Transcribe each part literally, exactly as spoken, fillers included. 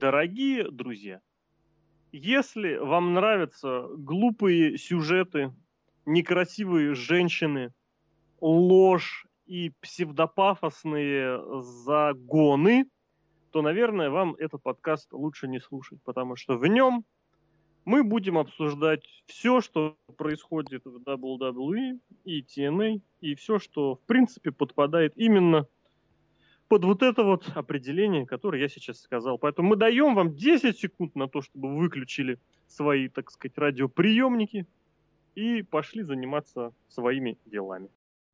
Дорогие друзья, если вам нравятся глупые сюжеты, некрасивые женщины, ложь и псевдопафосные загоны, то, наверное, вам этот подкаст лучше не слушать, потому что в нем мы будем обсуждать все, что происходит в дабл ю дабл ю и, и ти эн эй, и все, что, в принципе, подпадает именно под вот это вот определение, которое я сейчас сказал. Поэтому мы даем вам десять секунд на то, чтобы вы выключили свои, так сказать, радиоприемники и пошли заниматься своими делами.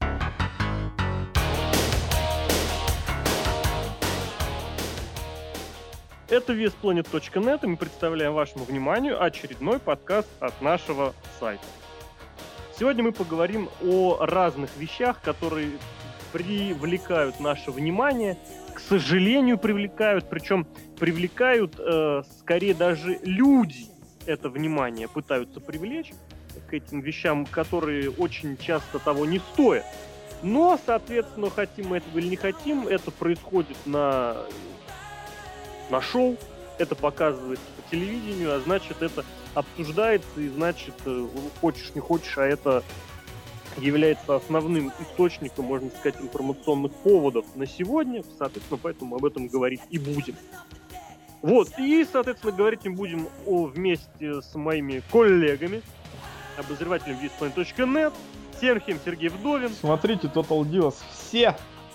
Это ви эс планет точка нет, и мы представляем вашему вниманию очередной подкаст от нашего сайта. Сегодня мы поговорим о разных вещах, которые привлекают наше внимание, к сожалению, привлекают, причем привлекают э, скорее даже люди это внимание пытаются привлечь к этим вещам, которые очень часто того не стоят. Но, соответственно, хотим мы этого или не хотим, это происходит на, на шоу, это показывается по телевидению, а значит, это обсуждается, и значит, хочешь не хочешь, а это является основным источником, можно сказать, информационных поводов на сегодня, соответственно, поэтому об этом говорить и будем. Вот, и, соответственно, говорить мы будем о, вместе с моими коллегами, обозревателем ви эс планет точка нет, Сергеем Сергей Вдовин. Смотрите Total Divas все.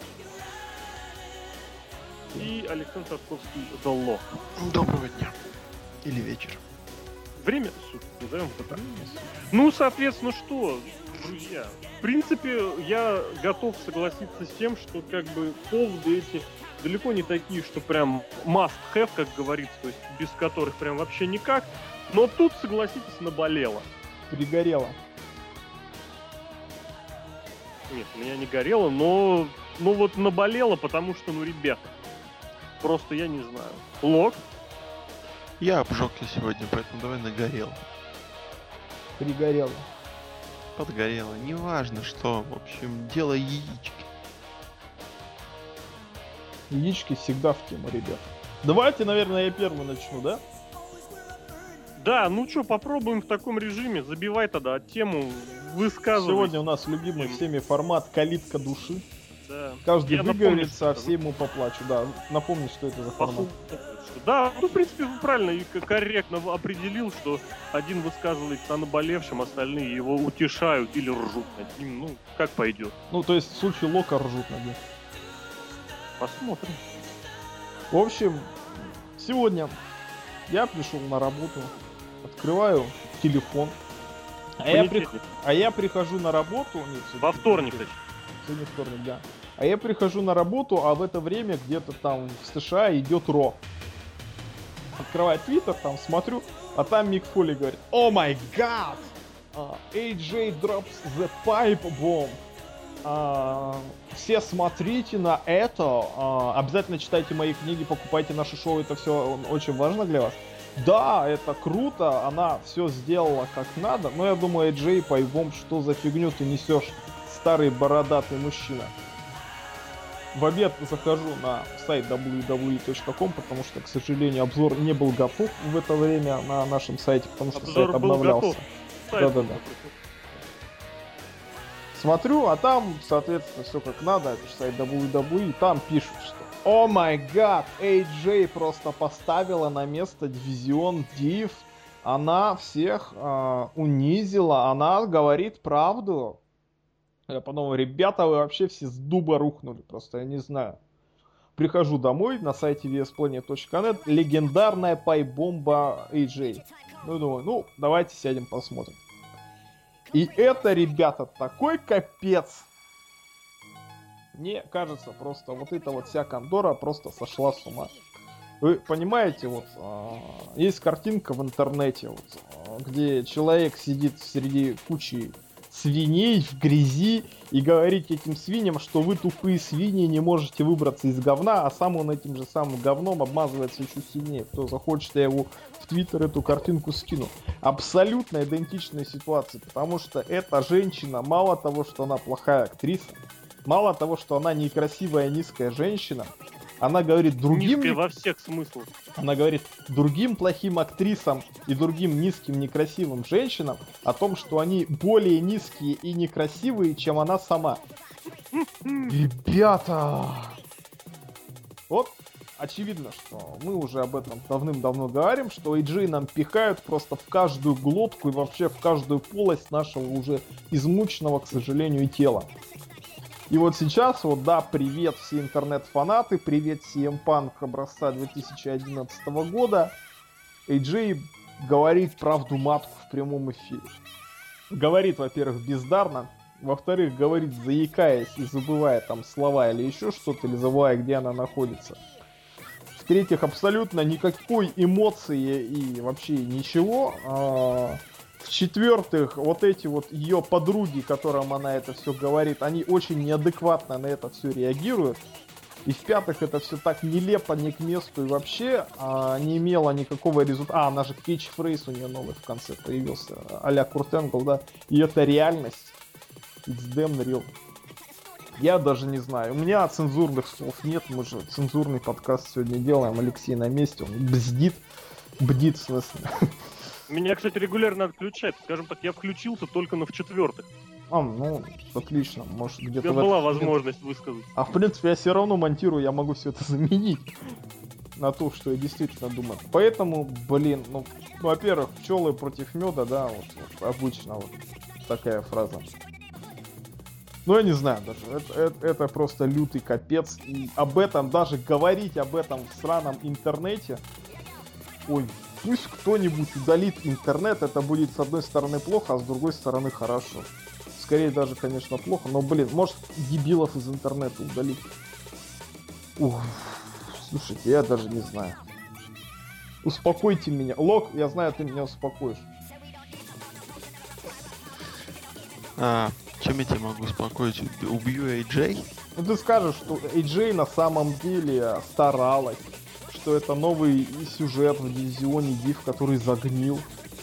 И Александр Сосковский The Lock. Доброго дня. Или вечера. Время суток, назовем это так. Ну, соответственно, что, друзья, в принципе, я готов согласиться с тем, что как бы поводы эти далеко не такие, что прям must have, как говорится, то есть без которых прям вообще никак. Но тут, согласитесь, наболело. Пригорело. Нет, у меня не горело, но ну вот наболело, потому что, ну, ребята, просто я не знаю. Лок? Я обжегся сегодня, поэтому давай нагорел. Пригорело. Подгорело. Неважно что. В общем, дело яички. Яички всегда в тему, ребят. Давайте, наверное, я первый начну, да? Да, ну что, попробуем в таком режиме. Забивай тогда тему, высказывай. Сегодня у нас любимый всеми формат «Калитка души». Да. Каждый Я выговорится, а напомню, все ему поплачут. Да, напомни, что это за формат. Да, ну, в принципе, вы правильно и корректно определил, что один высказывается о наболевшем, остальные его утешают или ржут над ним. Ну, как пойдет. Ну, то есть в случае Лока ржут над ним. Посмотрим. В общем, сегодня я пришел на работу, открываю телефон, а я, при... а я прихожу на работу... Нет, Во вторник, точнее. Сегодня вторник, да. А я прихожу на работу, а в это время где-то там в США идет Ро. Открываю Твиттер, там смотрю, а там Мик Фоли говорит: «О май гад! эй джей drops the pipe bomb. Uh, все смотрите на это, uh, обязательно читайте мои книги, покупайте наши шоу, это все очень важно для вас». Да, это круто, она все сделала как надо, но я думаю, эй джей Пайбом, что за фигню ты несешь, старый бородатый мужчина. В обед захожу на сайт дабл ю дабл ю и точка ком, потому что, к сожалению, обзор не был готов в это время на нашем сайте, потому что обзор сайт обновлялся. Да-да-да. Смотрю, а там, соответственно, все как надо, это же сайт дабл ю дабл ю и, там пишут, что «О май гад, эй джей просто поставила на место дивизион Див, она всех э, унизила, она говорит правду». Я подумал: ребята, вы вообще все с дуба рухнули, просто я не знаю. Прихожу домой, на сайте ви эс планет точка нет, легендарная пайбомба эй джей. Ну, думаю, ну, давайте сядем посмотрим. И это, ребята, такой капец. Мне кажется, просто вот эта вот вся кондора просто сошла с ума. Вы понимаете, вот э, есть картинка в интернете, вот, э, где человек сидит среди кучи свиней в грязи и говорить этим свиньям, что вы тупые свиньи, не можете выбраться из говна, а сам он этим же самым говном обмазывается еще сильнее. Кто захочет, я его в Твиттер эту картинку скину. Абсолютно идентичная ситуация, потому что эта женщина, мало того, что она плохая актриса, мало того, что она некрасивая низкая женщина, Она говорит другим... Низкая во всех смыслах. Она говорит другим плохим актрисам и другим низким некрасивым женщинам о том, что они более низкие и некрасивые, чем она сама. Ребята! Вот очевидно, что мы уже об этом давным-давно говорим, что эй джей нам пихают просто в каждую глотку и вообще в каждую полость нашего уже измученного, к сожалению, тела. И вот сейчас, вот да, привет все интернет-фанаты, привет си эм Punk образца две тысячи одиннадцатого года. эй джей говорит правду матку в прямом эфире. Говорит, во-первых, бездарно, во-вторых, говорит, заикаясь и забывая там слова или еще что-то, или забывая, где она находится. В-третьих, абсолютно никакой эмоции и вообще ничего. В-четвертых, вот эти вот ее подруги, которым она это все говорит, они очень неадекватно на это все реагируют. И в-пятых, это все так нелепо, не к месту и вообще а, не имело никакого результата. А, она же кетчфрейз у нее новый в конце появился, а-ля Курт Энгл, да. И это реальность. It's damn real. Я даже не знаю. У меня цензурных слов нет. Мы же цензурный подкаст сегодня делаем. Алексей на месте. Он бздит. Бдит, в смысле. Меня, кстати, регулярно отключает. Скажем так, я включился только на в-четвертых. А, ну, отлично. Может, где-то... У меня была возможность высказать. А в принципе, я все равно монтирую. Я могу все это заменить на то, что я действительно думаю. Поэтому, блин, ну, во-первых, пчелы против меда, да, вот, вот обычно вот такая фраза. Ну, я не знаю даже, это, это, это просто лютый капец. И об этом, даже говорить об этом в сраном интернете, ой, пусть кто-нибудь удалит интернет, это будет с одной стороны плохо, а с другой стороны хорошо. Скорее даже, конечно, плохо, но, блин, может дебилов из интернета удалить. Ух, слушайте, я даже не знаю. Успокойте меня. Лок, я знаю, ты меня успокоишь. А, чем я тебя могу успокоить? Убью эй джей? Ну ты скажешь, что эй джей на самом деле старалась, что это новый сюжет в дивизионе Див, который загнил.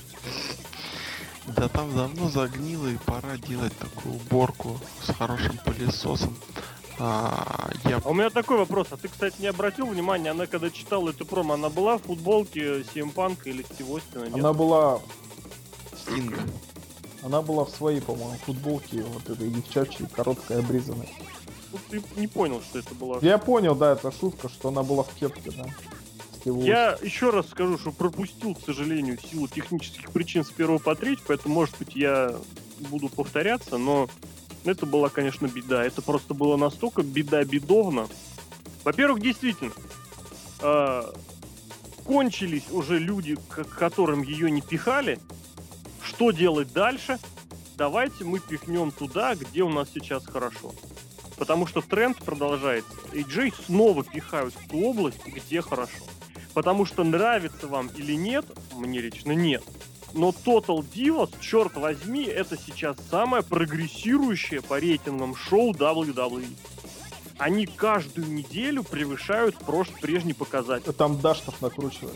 Да там давно загнило, и пора делать такую уборку с хорошим пылесосом. А, я... А у меня такой вопрос. А ты, кстати, не обратил внимания, она когда читала эту промо, она была в футболке си эм Punk или Стив Остина? Нет? Она была... Стинга. Она была в своей, по-моему, футболке, вот этой девчачьей, короткой, обрезанной. Ну, ты не понял, что это была. Я понял, да, это шутка, что она была в кепке, да. Я еще раз скажу, что пропустил, к сожалению, в силу технических причин с первого по третий, поэтому, может быть, я буду повторяться, но это была, конечно, беда. Это просто было настолько беда-бедовно. Во-первых, действительно, э, кончились уже люди, к которым ее не пихали. Что делать дальше? Давайте мы пихнем туда, где у нас сейчас хорошо. Потому что тренд продолжается. эй джей снова пихают в ту область, где хорошо. Потому что нравится вам или нет, мне лично нет. Но Total Divas, черт возьми, это сейчас самое прогрессирующее по рейтингам шоу дабл ю дабл ю и. Они каждую неделю превышают прошлый прежний показатель. Там Даштов накручивает.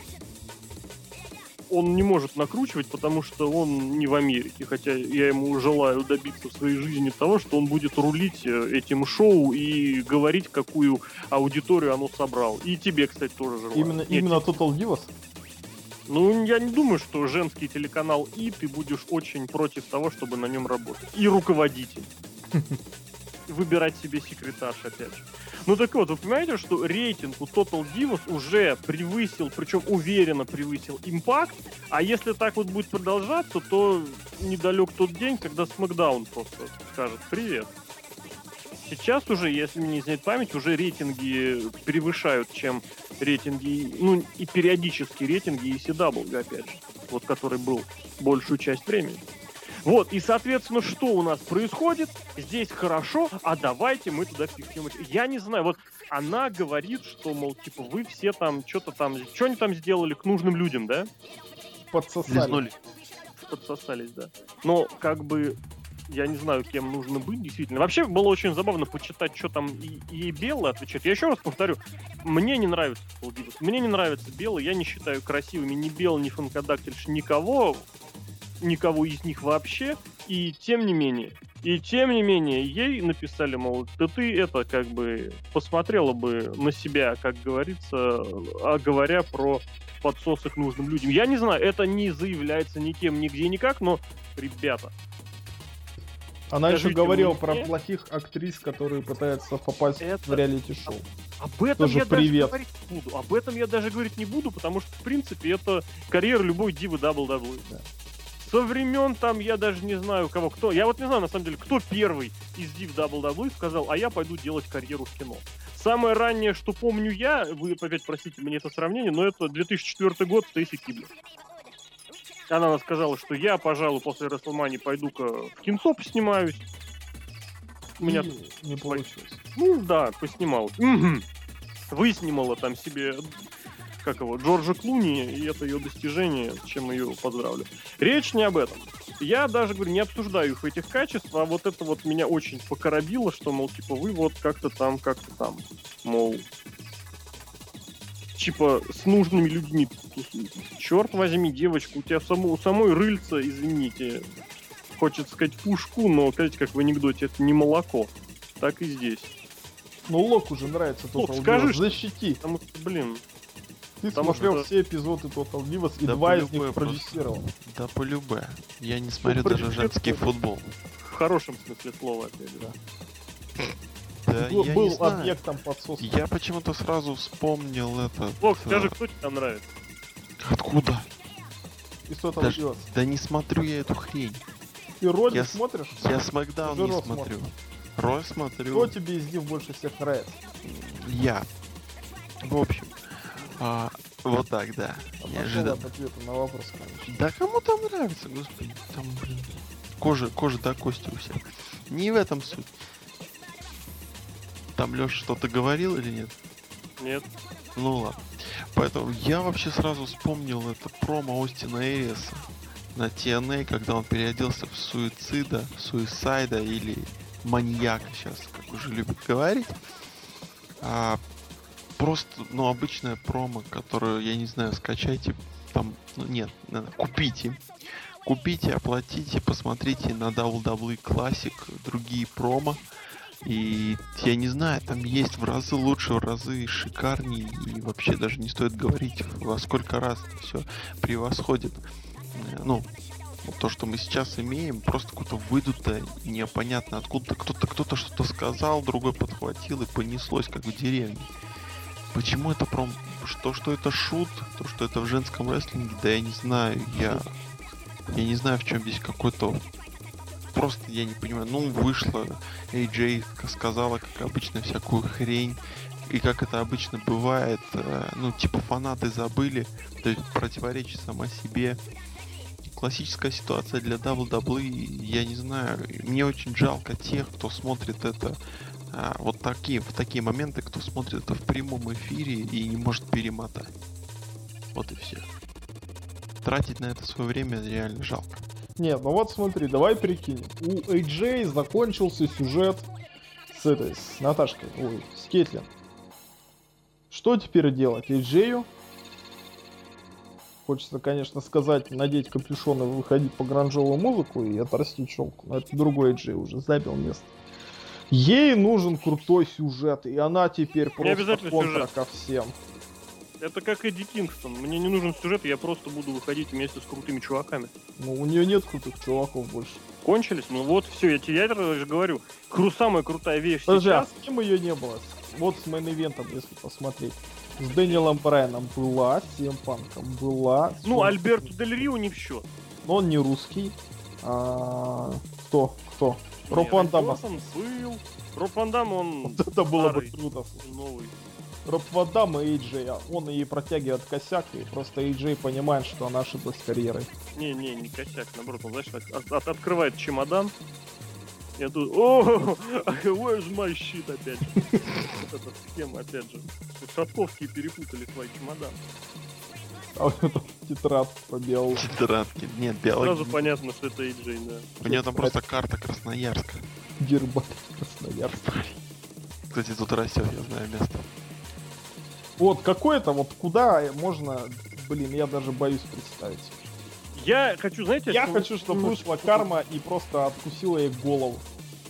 Он не может накручивать, потому что он не в Америке. Хотя я ему желаю добиться в своей жизни того, что он будет рулить этим шоу и говорить, какую аудиторию оно собрало. И тебе, кстати, тоже желаю. Именно, Нет, именно Total Divas? Ну, я не думаю, что женский телеканал И ты будешь очень против того, чтобы на нем работать. И руководитель. Выбирать себе секретарш, опять же. Ну так вот, вы понимаете, что рейтинг у Total Divas уже превысил, причем уверенно превысил Impact, а если так вот будет продолжаться, то недалек тот день, когда SmackDown просто скажет «Привет». Сейчас уже, если мне не изменяет память, уже рейтинги превышают, чем рейтинги, ну и периодически рейтинги и си дабл ю, опять же, вот который был большую часть времени. Вот, и, соответственно, что у нас происходит? Здесь хорошо, а давайте мы туда пихнем. Я не знаю, вот она говорит, что, мол, типа, вы все там что-то там... Что они там сделали к нужным людям, да? Подсосали. Подсосались, да. Но, как бы, я не знаю, кем нужно быть, действительно. Вообще, было очень забавно почитать, что там и, и Белла отвечает. Я еще раз повторю, мне не нравится Divas. Мне не нравится Белла, я не считаю красивыми ни Белла, ни Фанкадактильш, никого... никого из них вообще, и тем не менее, И тем не менее, ей написали, мол, да ты это, как бы, посмотрела бы на себя, как говорится, а говоря про подсосы к нужным людям. Я не знаю, это не заявляется никем, нигде, никак, но, ребята... Она еще Скажите говорила мне- про плохих актрис, которые пытаются попасть Это- в реалити-шоу. Об этом Тоже я привет. даже говорить не буду. Об этом я даже говорить не буду, потому что, в принципе, это карьера любой дивы дабл ю дабл ю и. Да. Со времен там, я даже не знаю, кого, кто. Я вот не знаю, на самом деле, кто первый из див дабл ю дабл ю и сказал, а я пойду делать карьеру в кино. Самое раннее, что помню я, вы опять простите мне это сравнение, но это две тысячи четвёртый год, Стейси Киблер. Она сказала, что я, пожалуй, после Расселмании пойду-ка в кинцо поснимаюсь. У меня И не получилось. ну да, поснимал. Мгм. Выснимала там себе, как его, Джорджа Клуни, и это ее достижение, чем ее поздравлю. Речь не об этом. Я даже, говорю, не обсуждаю их этих качеств, а вот это вот меня очень покоробило, что, мол, типа, вы вот как-то там, как-то там, мол, типа, с нужными людьми. Черт возьми, девочка, у тебя само, у самой рыльца, извините, хочется сказать пушку, но, знаете, как в анекдоте, это не молоко. Так и здесь. Ну, Лок уже нравится Лок, Total скажи, Divas. что- Защити. Потому что, блин, Ты потому смотрел что- все эпизоды Total Divas, и Да два из по-любому них просто. продюсировал. Да по любе. Я не смотрю про даже дефект женский это- футбол. в хорошем смысле слова, опять же. Да, Был, я был не знаю. объектом подсоса. Я почему-то сразу вспомнил этот... Лок, э, скажи, кто тебе там нравится? Откуда? Из Total Даже- Divas. Да не смотрю я эту хрень. Ты Роди я с- смотришь? Я Смакдаун Уже не Ро смотрю. смотришь. Рой смотрю. Кто тебе из них больше всех нравится? Я. В общем. а, вот так, да. Пошел Неожиданно. от ответа на вопрос, конечно. Да кому там нравится, господи. Там, блин. Кожа, кожа до кости у всех. Не в этом суть. Там Леша что-то говорил или нет? Нет. Ну ладно. Поэтому я вообще сразу вспомнил это промо Остина Эриса на Ти Эн Эй, когда он переоделся в суицида, суисайда или маньяка сейчас, как уже любят говорить. А, просто, ну, обычная промо, которую, я не знаю, скачайте, там, ну, нет, надо, купите. Купите, оплатите, посмотрите на дабл ю дабл ю и Classic другие промо. И я не знаю, там есть в разы лучше, в разы шикарнее. И вообще даже не стоит говорить, во сколько раз все превосходит. Э, Ну, вот то, что мы сейчас имеем, просто какое-то выдутое, непонятно откуда кто-то кто-то что-то сказал, другой подхватил и понеслось, как в деревне. Почему это пром... Что, что это шут, то, что это в женском рестлинге, да я не знаю. Я, я не знаю, в чем здесь какой-то... Просто я не понимаю. Ну, вышло, Эй Джей сказала, как обычно, всякую хрень. И как это обычно бывает, э, ну, типа фанаты забыли, то есть противоречит сама себе. Классическая ситуация для дабл ю дабл ю и, я не знаю, мне очень жалко тех, кто смотрит это а, вот такие, в такие моменты, кто смотрит это в прямом эфире и не может перемотать. Вот и все. Тратить на это свое время реально жалко. Нет, ну вот смотри, давай прикинем. У Эй Джей закончился сюжет с этой, с Наташкой, ой, с Кетлин. Что теперь делать Эй Джею? Хочется, конечно, сказать, надеть капюшон и выходить по гранжовую музыку и отрастить челку. Но это другой Эй Джей уже забил место. Ей нужен крутой сюжет, и она теперь просто обязательно контра сюжет. ко всем. Это как Эдди Кингстон. Мне не нужен сюжет, я просто буду выходить вместе с крутыми чуваками. Ну, у нее нет крутых чуваков больше. Кончились? Ну вот, все, я тебе я же говорю. Кру самая крутая вещь Подожди, а сейчас. с кем ее не было? Вот с мейн-ивентом, если посмотреть. С Дэниелом Брайаном была, с Си Эм Панком была. с Ну, Шон- Альберту Дель Рио не в счет. Но он не русский. А, Кто? Кто? Роб Нет, Ван Дам. Джонсон был. Роб Ван Дам, он Вот это было бы старый, круто. новый. Роб Ван Дам и Эй Джей. а Он ей протягивает косяк, и просто Эй Джей понимает, что она ошиблась с карьерой. Не-не, не косяк, наоборот, он, знаешь, так от- от- открывает чемодан. Я тут, о, where's my shit опять же. Вот эта схема, опять же. Шатковские перепутали свой чемодан. А вот это тетрадку по белому. Тетрадки. Нет, Сразу биология. понятно, что это Эй Джей, да. У нее там просто карта Красноярска. Гербарь Красноярск. Кстати, тут растет, я знаю место. Вот какое-то, вот куда можно, блин, я даже боюсь представить. Я хочу, знаете... Я чем- хочу, чтобы вышла карма и просто откусила ей голову.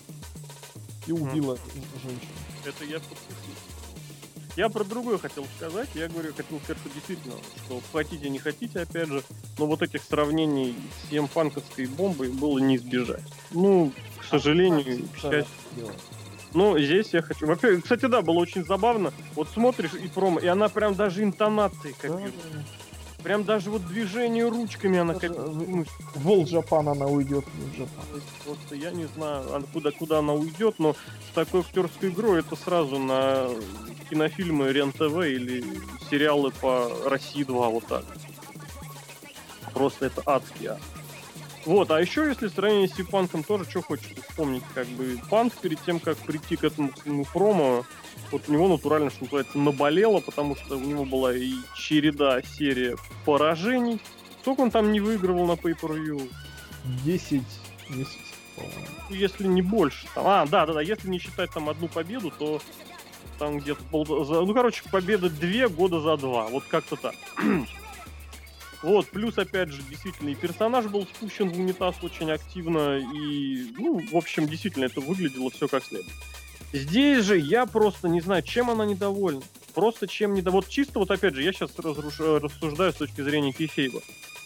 И убила женщину. Это я подпишу. Я про другое хотел сказать. Я говорю, хотел сказать, что действительно, что хотите, не хотите, опять же, но вот этих сравнений с емпанковской бомбой было не избежать. Ну, к сожалению, к счастью. Ну, здесь я хочу... Во-первых, кстати, да, было очень забавно. Вот смотришь и промо, и она прям даже интонацией копирует. Прям даже вот движение ручками она копирует. Вол Джапан она уйдет в Джапан. Просто я не знаю, она куда, куда она уйдет, но с такой актерской игрой это сразу на кинофильмы Рен-ТВ или сериалы по России два, вот так. Просто это адский ад. Вот, а еще если сравнение с Сипанком, тоже что хочется вспомнить, как бы Панк перед тем, как прийти к этому, к этому промо, вот у него натурально, что называется, наболело, потому что у него была и череда, серия поражений. Сколько он там не выигрывал на Pay-Per-View? десять месяцев, по-моему. Если не больше. Там. А, да-да-да, если не считать там одну победу, то там где-то пол... Ну, короче, победы две, года за два. Вот как-то так. Вот, плюс, опять же, действительно, и персонаж был спущен в унитаз очень активно, и, ну, в общем, действительно, это выглядело все как следует. Здесь же я просто не знаю, чем она недовольна. Просто чем недовольна. Вот чисто, вот опять же, я сейчас разруш... рассуждаю с точки зрения кейфейба.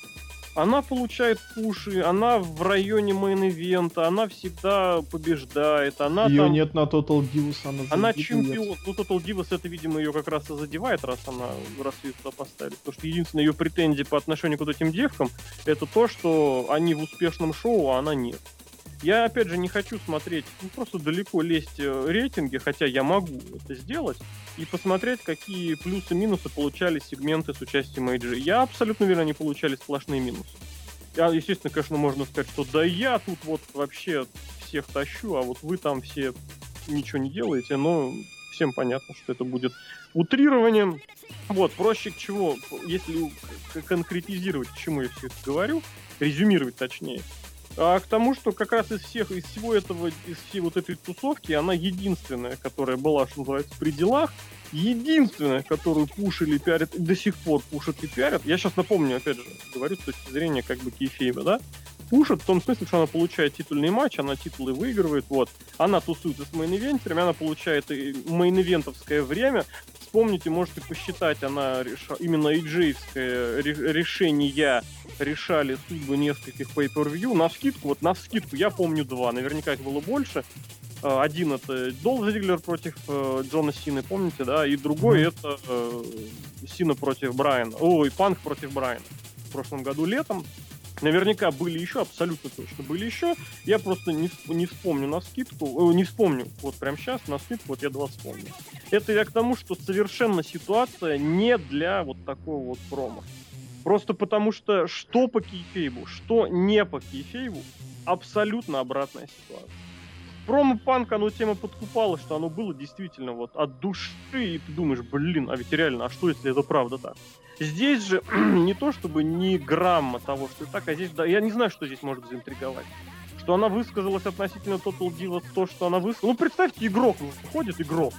Она получает пуши, она в районе мейн-ивента, она всегда побеждает, она Ее там... нет на Total Divas, она Она забитая. чемпион. Ну, Total Divas это, видимо, ее как раз и задевает, раз она раз ее туда поставили. Потому что единственная ее претензия по отношению к вот этим девкам, это то, что они в успешном шоу, а она нет. Я, опять же, не хочу смотреть, ну, просто далеко лезть в рейтинги, хотя я могу это сделать, и посмотреть, какие плюсы-минусы получали сегменты с участием эй джей. Я абсолютно уверен, они получали сплошные минусы. Я, естественно, конечно, можно сказать, что да я тут вот вообще всех тащу, а вот вы там все ничего не делаете, но всем понятно, что это будет утрированием. Вот, проще к чего, если конкретизировать, к чему я все это говорю, резюмировать точнее, а к тому, что как раз из всех, из всего этого, из всей вот этой тусовки, она единственная, которая была, что называется, при делах, единственная, которую пушили, пиарят, и до сих пор пушат и пиарят. Я сейчас напомню, опять же, говорю с точки зрения как бы кейфейба, да? Пушат в том смысле, что она получает титульный матч, она титулы выигрывает, вот. Она тусуется с мейн-ивентерами, она получает и мейн-ивентовское время. Вспомните, можете посчитать, она реша... именно эйджеевское решение решали судьбы нескольких pay-per-view. На вскидку, вот на вскидку, я помню два, наверняка их было больше. Один это Долф Зиглер против э, Джона Сины, помните, да? И другой mm-hmm. это э, Сина против Брайана. Ой, Панк против Брайана. В прошлом году летом. Наверняка были еще, абсолютно точно были еще. Я просто не, не вспомню на скидку, э, не вспомню вот прямо сейчас, на скидку вот я два вспомню. Это я к тому, что совершенно ситуация не для вот такого вот промо. Просто потому что что по кейфейбу, что не по кейфейбу, абсолютно обратная ситуация. Промо Панк, оно тема подкупало, что оно было действительно вот от души, и ты думаешь, блин, а ведь реально, а что если это правда так? Здесь же не то чтобы ни грамма того, что так, а здесь, да, я не знаю, что здесь может заинтриговать. Что она высказалась относительно Total Divas, то, что она высказалась. Ну, представьте, игрок выходит, игрок,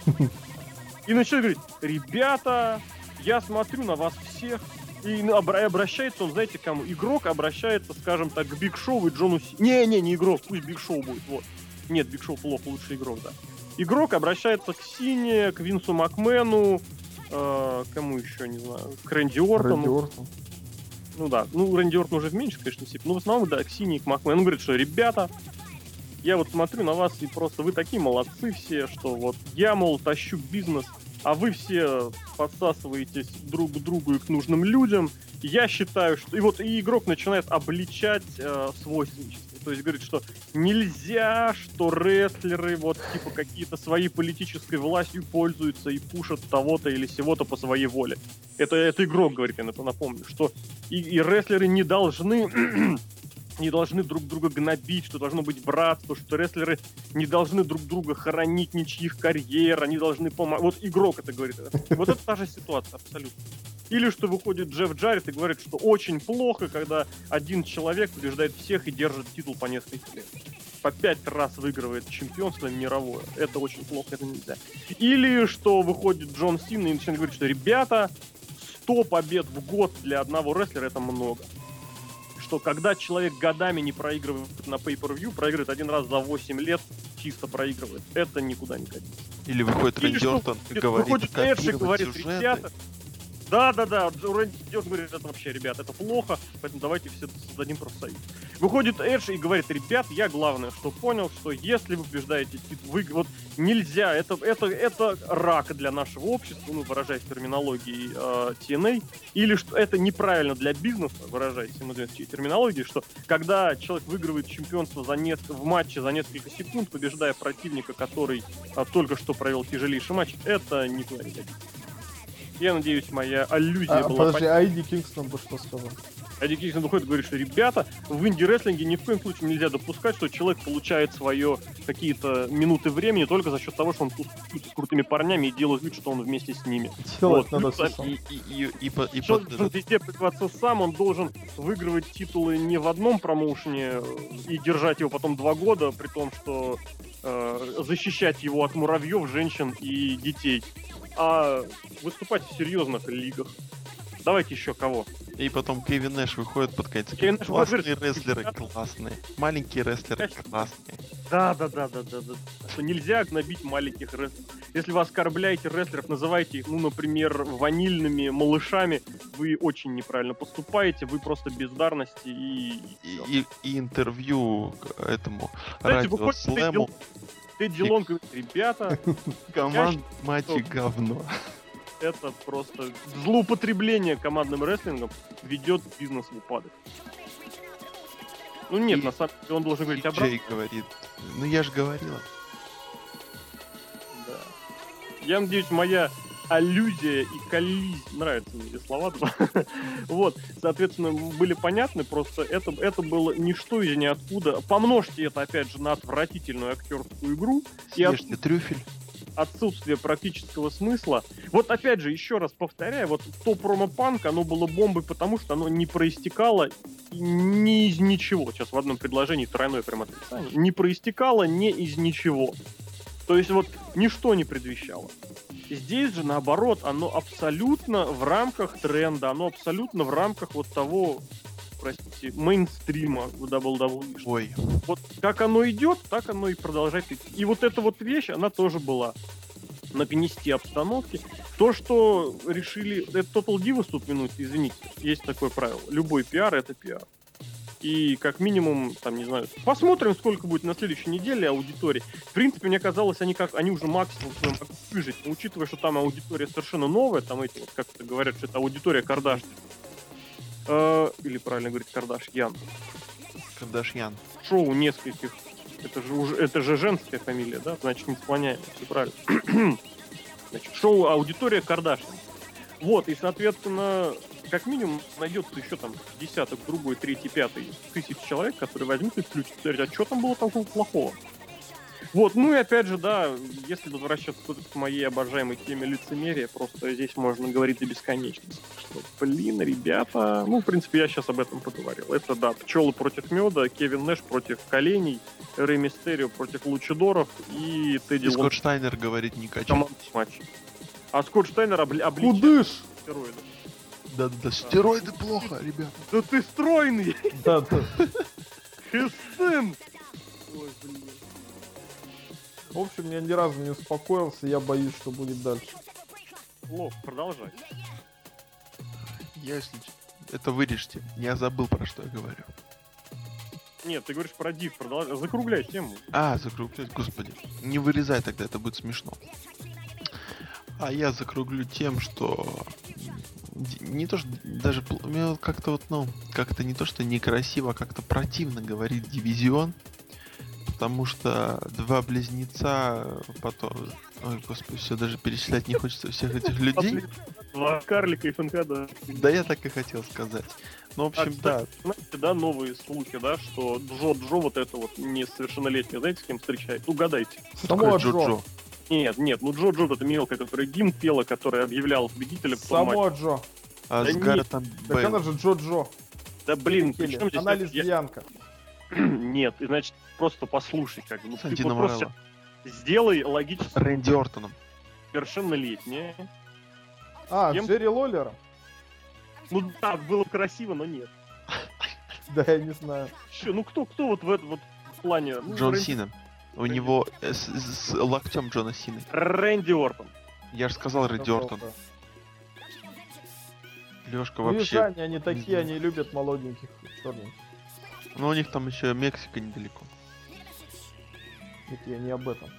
и начинает говорить, ребята, я смотрю на вас всех, и обращается он, знаете, кому? Игрок обращается, скажем так, к Биг Шоу и Джону Си. Не-не, не игрок, пусть Биг Шоу будет, вот. Нет, Биг Шоу плохо, лучший игрок, да. Игрок обращается к Сине, к Винсу Макмену, э, кому еще, не знаю, к Рэнди Ортону. Рэнди Ортон. Ну да, ну Рэнди Ортон уже в меньшей, конечно, степени, но в основном, да, к Сине и к Макмену. Он говорит, что, ребята, я вот смотрю на вас, и просто вы такие молодцы все, что вот я, мол, тащу бизнес, а вы все подсасываетесь друг к другу и к нужным людям. Я считаю, что... И вот и игрок начинает обличать э, свойственничество. То есть говорит, что нельзя, что рестлеры вот типа какие-то своей политической властью пользуются и пушат того-то или сего-то по своей воле. Это, это игрок говорит, я напомню, что и, и рестлеры не должны... не должны друг друга гнобить, что должно быть братство, что рестлеры не должны друг друга хоронить ничьих карьер, они должны помогать. Вот игрок это говорит. Вот это та же ситуация абсолютно. Или что выходит Джефф Джаррет и говорит, что очень плохо, когда один человек побеждает всех и держит титул по несколько лет. По пять раз выигрывает чемпионство мировое. Это очень плохо, это нельзя. Или что выходит Джон Сина и начинает говорить, что ребята, сто побед в год для одного рестлера это много. что когда человек годами не проигрывает на pay-per-view, проигрывает один раз за восемь лет, чисто проигрывает. Это никуда не катится. Или выходит Рэнди Ортон и говорит, выходит Эдж и говорит, сюжеты. ребята, да-да-да, Рэнди Ортон говорит, это вообще, ребят, это плохо, поэтому давайте все создадим профсоюз. Выходит Эдж и говорит, ребят, я главное, что понял, что если вы побеждаете, вы, вот нельзя, это, это, это рак для нашего общества, ну, выражаясь терминологией э, ти эн эй, или что это неправильно для бизнеса, выражаясь терминологией, что когда человек выигрывает чемпионство за не, в матче за несколько секунд, побеждая противника, который а, только что провел тяжелейший матч, это никуда не годится. Я надеюсь, моя аллюзия а, была... Подожди, а Эдди Кингстон бы что сказал? Эдди Кингстон выходит и говорит, что ребята, в инди-рестлинге ни в коем случае нельзя допускать, что человек получает свое какие-то минуты времени только за счет того, что он тусуется с крутыми парнями и делает вид, что он вместе с ними. Делать вот. надо Плюс, все И, и, и, и, по- и человек под должен этот- везде прикрываться сам, он должен выигрывать титулы не в одном промоушене и держать его потом два года, при том, что э, защищать его от муравьев, женщин и детей, а выступать в серьезных лигах. Давайте еще кого. И потом Кевин Нэш выходит под конец. Кевин Нэш Классные выходит- рестлеры, классные. Маленькие рестлеры, Конечно. классные. Да, да, да, да, да, да. Что нельзя гнобить маленьких рестлеров. Если вы оскорбляете рестлеров, называете их, ну, например, ванильными малышами, вы очень неправильно поступаете, вы просто бездарности и... И, и- и интервью к этому Знаете, радио выходит слэму Тедди Лонг говорит, ребята, команд матчи говно. это просто злоупотребление командным рестлингом ведет бизнес в упадок. Ну нет, И- на самом деле он должен говорить обратно. Джей говорит, ну я же говорила. Да. Я надеюсь, моя аллюзия и коллизия, нравятся мне эти слова, вот, соответственно, были понятны, просто это, это было ничто из ниоткуда. Помножьте это, опять же, на отвратительную актерскую игру и от- Съешьте трюфель. отсутствие практического смысла. Вот опять же, еще раз повторяю, вот то промо-панк, оно было бомбой, потому что оно не проистекало ни из ничего. Сейчас в одном предложении тройное прям отрицание. Не проистекало ни из ничего. То есть вот ничто не предвещало. Здесь же, наоборот, оно абсолютно в рамках тренда, оно абсолютно в рамках вот того, простите, мейнстрима в дабл ю дабл ю и. Ой, Вот как оно идет, так оно и продолжает идти. И вот эта вот вещь, она тоже была на гнезде обстановки. То, что решили... Это Total Divas тут минут, извините. Есть такое правило. Любой пиар — это пиар. И как минимум, там, не знаю, посмотрим, сколько будет на следующей неделе аудитории. В принципе, мне казалось, они как они уже максимум свой могут выжить. Но учитывая, что там аудитория совершенно новая, там эти вот, как это говорят, что это аудитория Кардашьян. Э, или правильно говорить, Кардашьян. Кардашьян. Шоу нескольких. Это же уже это же женская фамилия, да? Значит, не склоняем. Все правильно. Значит, шоу аудитория Кардашьян. Вот, и, соответственно, как минимум найдется еще там десяток, другой, третий, пятый тысяч человек, которые возьмут и включат. А что там было такого плохого? Вот, ну и опять же, да, если возвращаться к моей обожаемой теме лицемерия, просто здесь можно говорить до бесконечности. Что, блин, ребята, ну, в принципе, я сейчас об этом поговорил. Это, да, пчелы против меда, Кевин Нэш против коленей, Рэй Мистерио против лучидоров и Тедди И Скотт Лонг Штайнер говорит не в качать. командном матче. А Скотт Штайнер обли- обличает Кудыш! стероидов. Да-да-да, стероиды плохо, ребят. Да ты стройный! Да, да. Ты сын! Ой, блин. В общем, я ни разу не успокоился, я боюсь, что будет дальше. Лов, продолжай. Я, если... Это вырежьте. Я забыл, про что я говорю. Нет, ты говоришь про див, продолжай. Закругляй тему. А, закруглять, господи. Не вырезай тогда, это будет смешно. А я закруглю тем, что д- не то, что даже пл- мне вот как-то вот, ну, как-то не то, что некрасиво, а как-то противно говорить дивизион, потому что два близнеца потом... Ой, господи, все, даже перечислять не хочется всех этих людей. Два карлика и ФНК, да. Да я так и хотел сказать. Ну, в А, общем, да. кстати, знаете, да, новые слухи, да, что Джо-Джо вот это вот несовершеннолетняя, знаете, с кем встречает? Угадайте. Само Такое Джо. Джо-Джо. Нет, нет, ну Джо-Джо это мелкая, которая гимн пела, которая объявляла победителя. потом Само Джо. А Да с нет. Гарретом Так она Бейл. же Джо-Джо. мать. Да блин, Келли. причем здесь... Она я- лесбиянка. Нет, и значит, просто послушай, как бы. Ну, ты Сантино вот просто Морелло. сделай логически Рэнди Ортоном. совершеннолетняя. А, Кем? Джерри Лоллером. Ну да, было бы красиво, но нет. Да, я не знаю. Че, ну кто, кто вот в этом вот плане? Ну, Джон Рэнди- Сина. У него э, с, с локтем Джона Сины. Рэнди Ортон. Я же сказал Рэнди Ортон. Лёшка Ну, вообще... южане, они такие, знаю. они любят молоденьких, черненьких. Ну, у них там еще Мексика недалеко. Нет, я не об этом.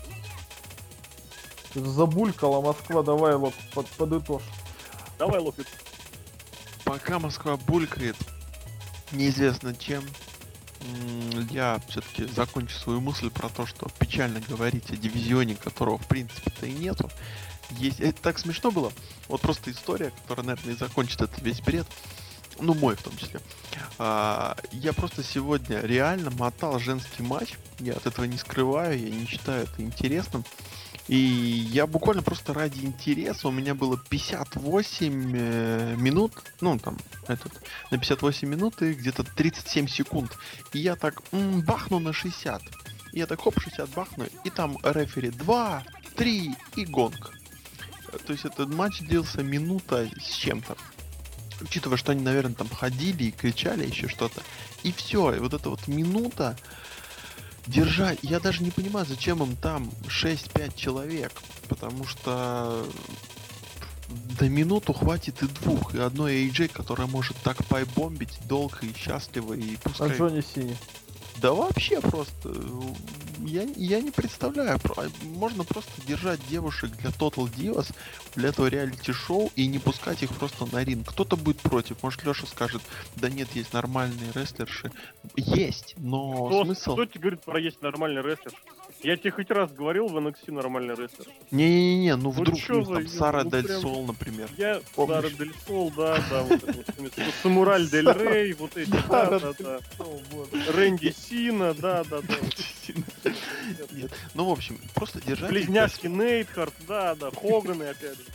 Забулькала Москва, давай, Лок, под, подытожь. Давай, Лопес. Пока Москва булькает, неизвестно чем, м, я все-таки закончу свою мысль про то, что печально говорить о дивизионе, которого в принципе-то и нету. Есть... Это так смешно было. Вот просто история, которая, наверное, и закончит этот весь бред. Ну, мой в том числе. А, я просто сегодня реально мотал женский матч. Я от этого не скрываю, я не считаю это интересным. И я буквально просто ради интереса, у меня было пятьдесят восемь э, минут, ну там, этот, на пятьдесят восемь минут и где-то тридцать семь секунд. И я так м, бахну на шестьдесят. И я так хоп, шестьдесят бахну, и там рефери два, три и гонг. То есть этот матч длился минута с чем-то. Учитывая, что они, наверное, там ходили и кричали еще что-то. И все, и вот эта вот минута держать. Я даже не понимаю, зачем им там шесть-пять человек. Потому что до минуту хватит и двух. И одной эй джей, которая может так пайбомбить долго и счастливо. И А пускай... Джонни Сини. Да вообще просто. Я, я не представляю. про- Можно просто держать девушек для Total Divas, для этого реалити-шоу, и не пускать их просто на ринг. Кто-то будет против. Может, Леша скажет, да нет, есть нормальные рестлерши. Есть, но Кто, смысл... кто тебе говорит про есть нормальный рестлер? Я тебе хоть раз говорил в эн экс ти нормальный рестлер. Не-не-не, ну вдруг чё ну, вы, там ё, Сара ну Дель прям- Сол, например. Я Помнишь? Сара Дель Сол, да, да, вот это вот, вот Самураль Дель Рей, вот эти, да, да, да. Рэнди Сина, да, да, да. Нет. Ну, в общем, просто держать... их Близняшки Нейтхарт, да, да, Хоганы опять же.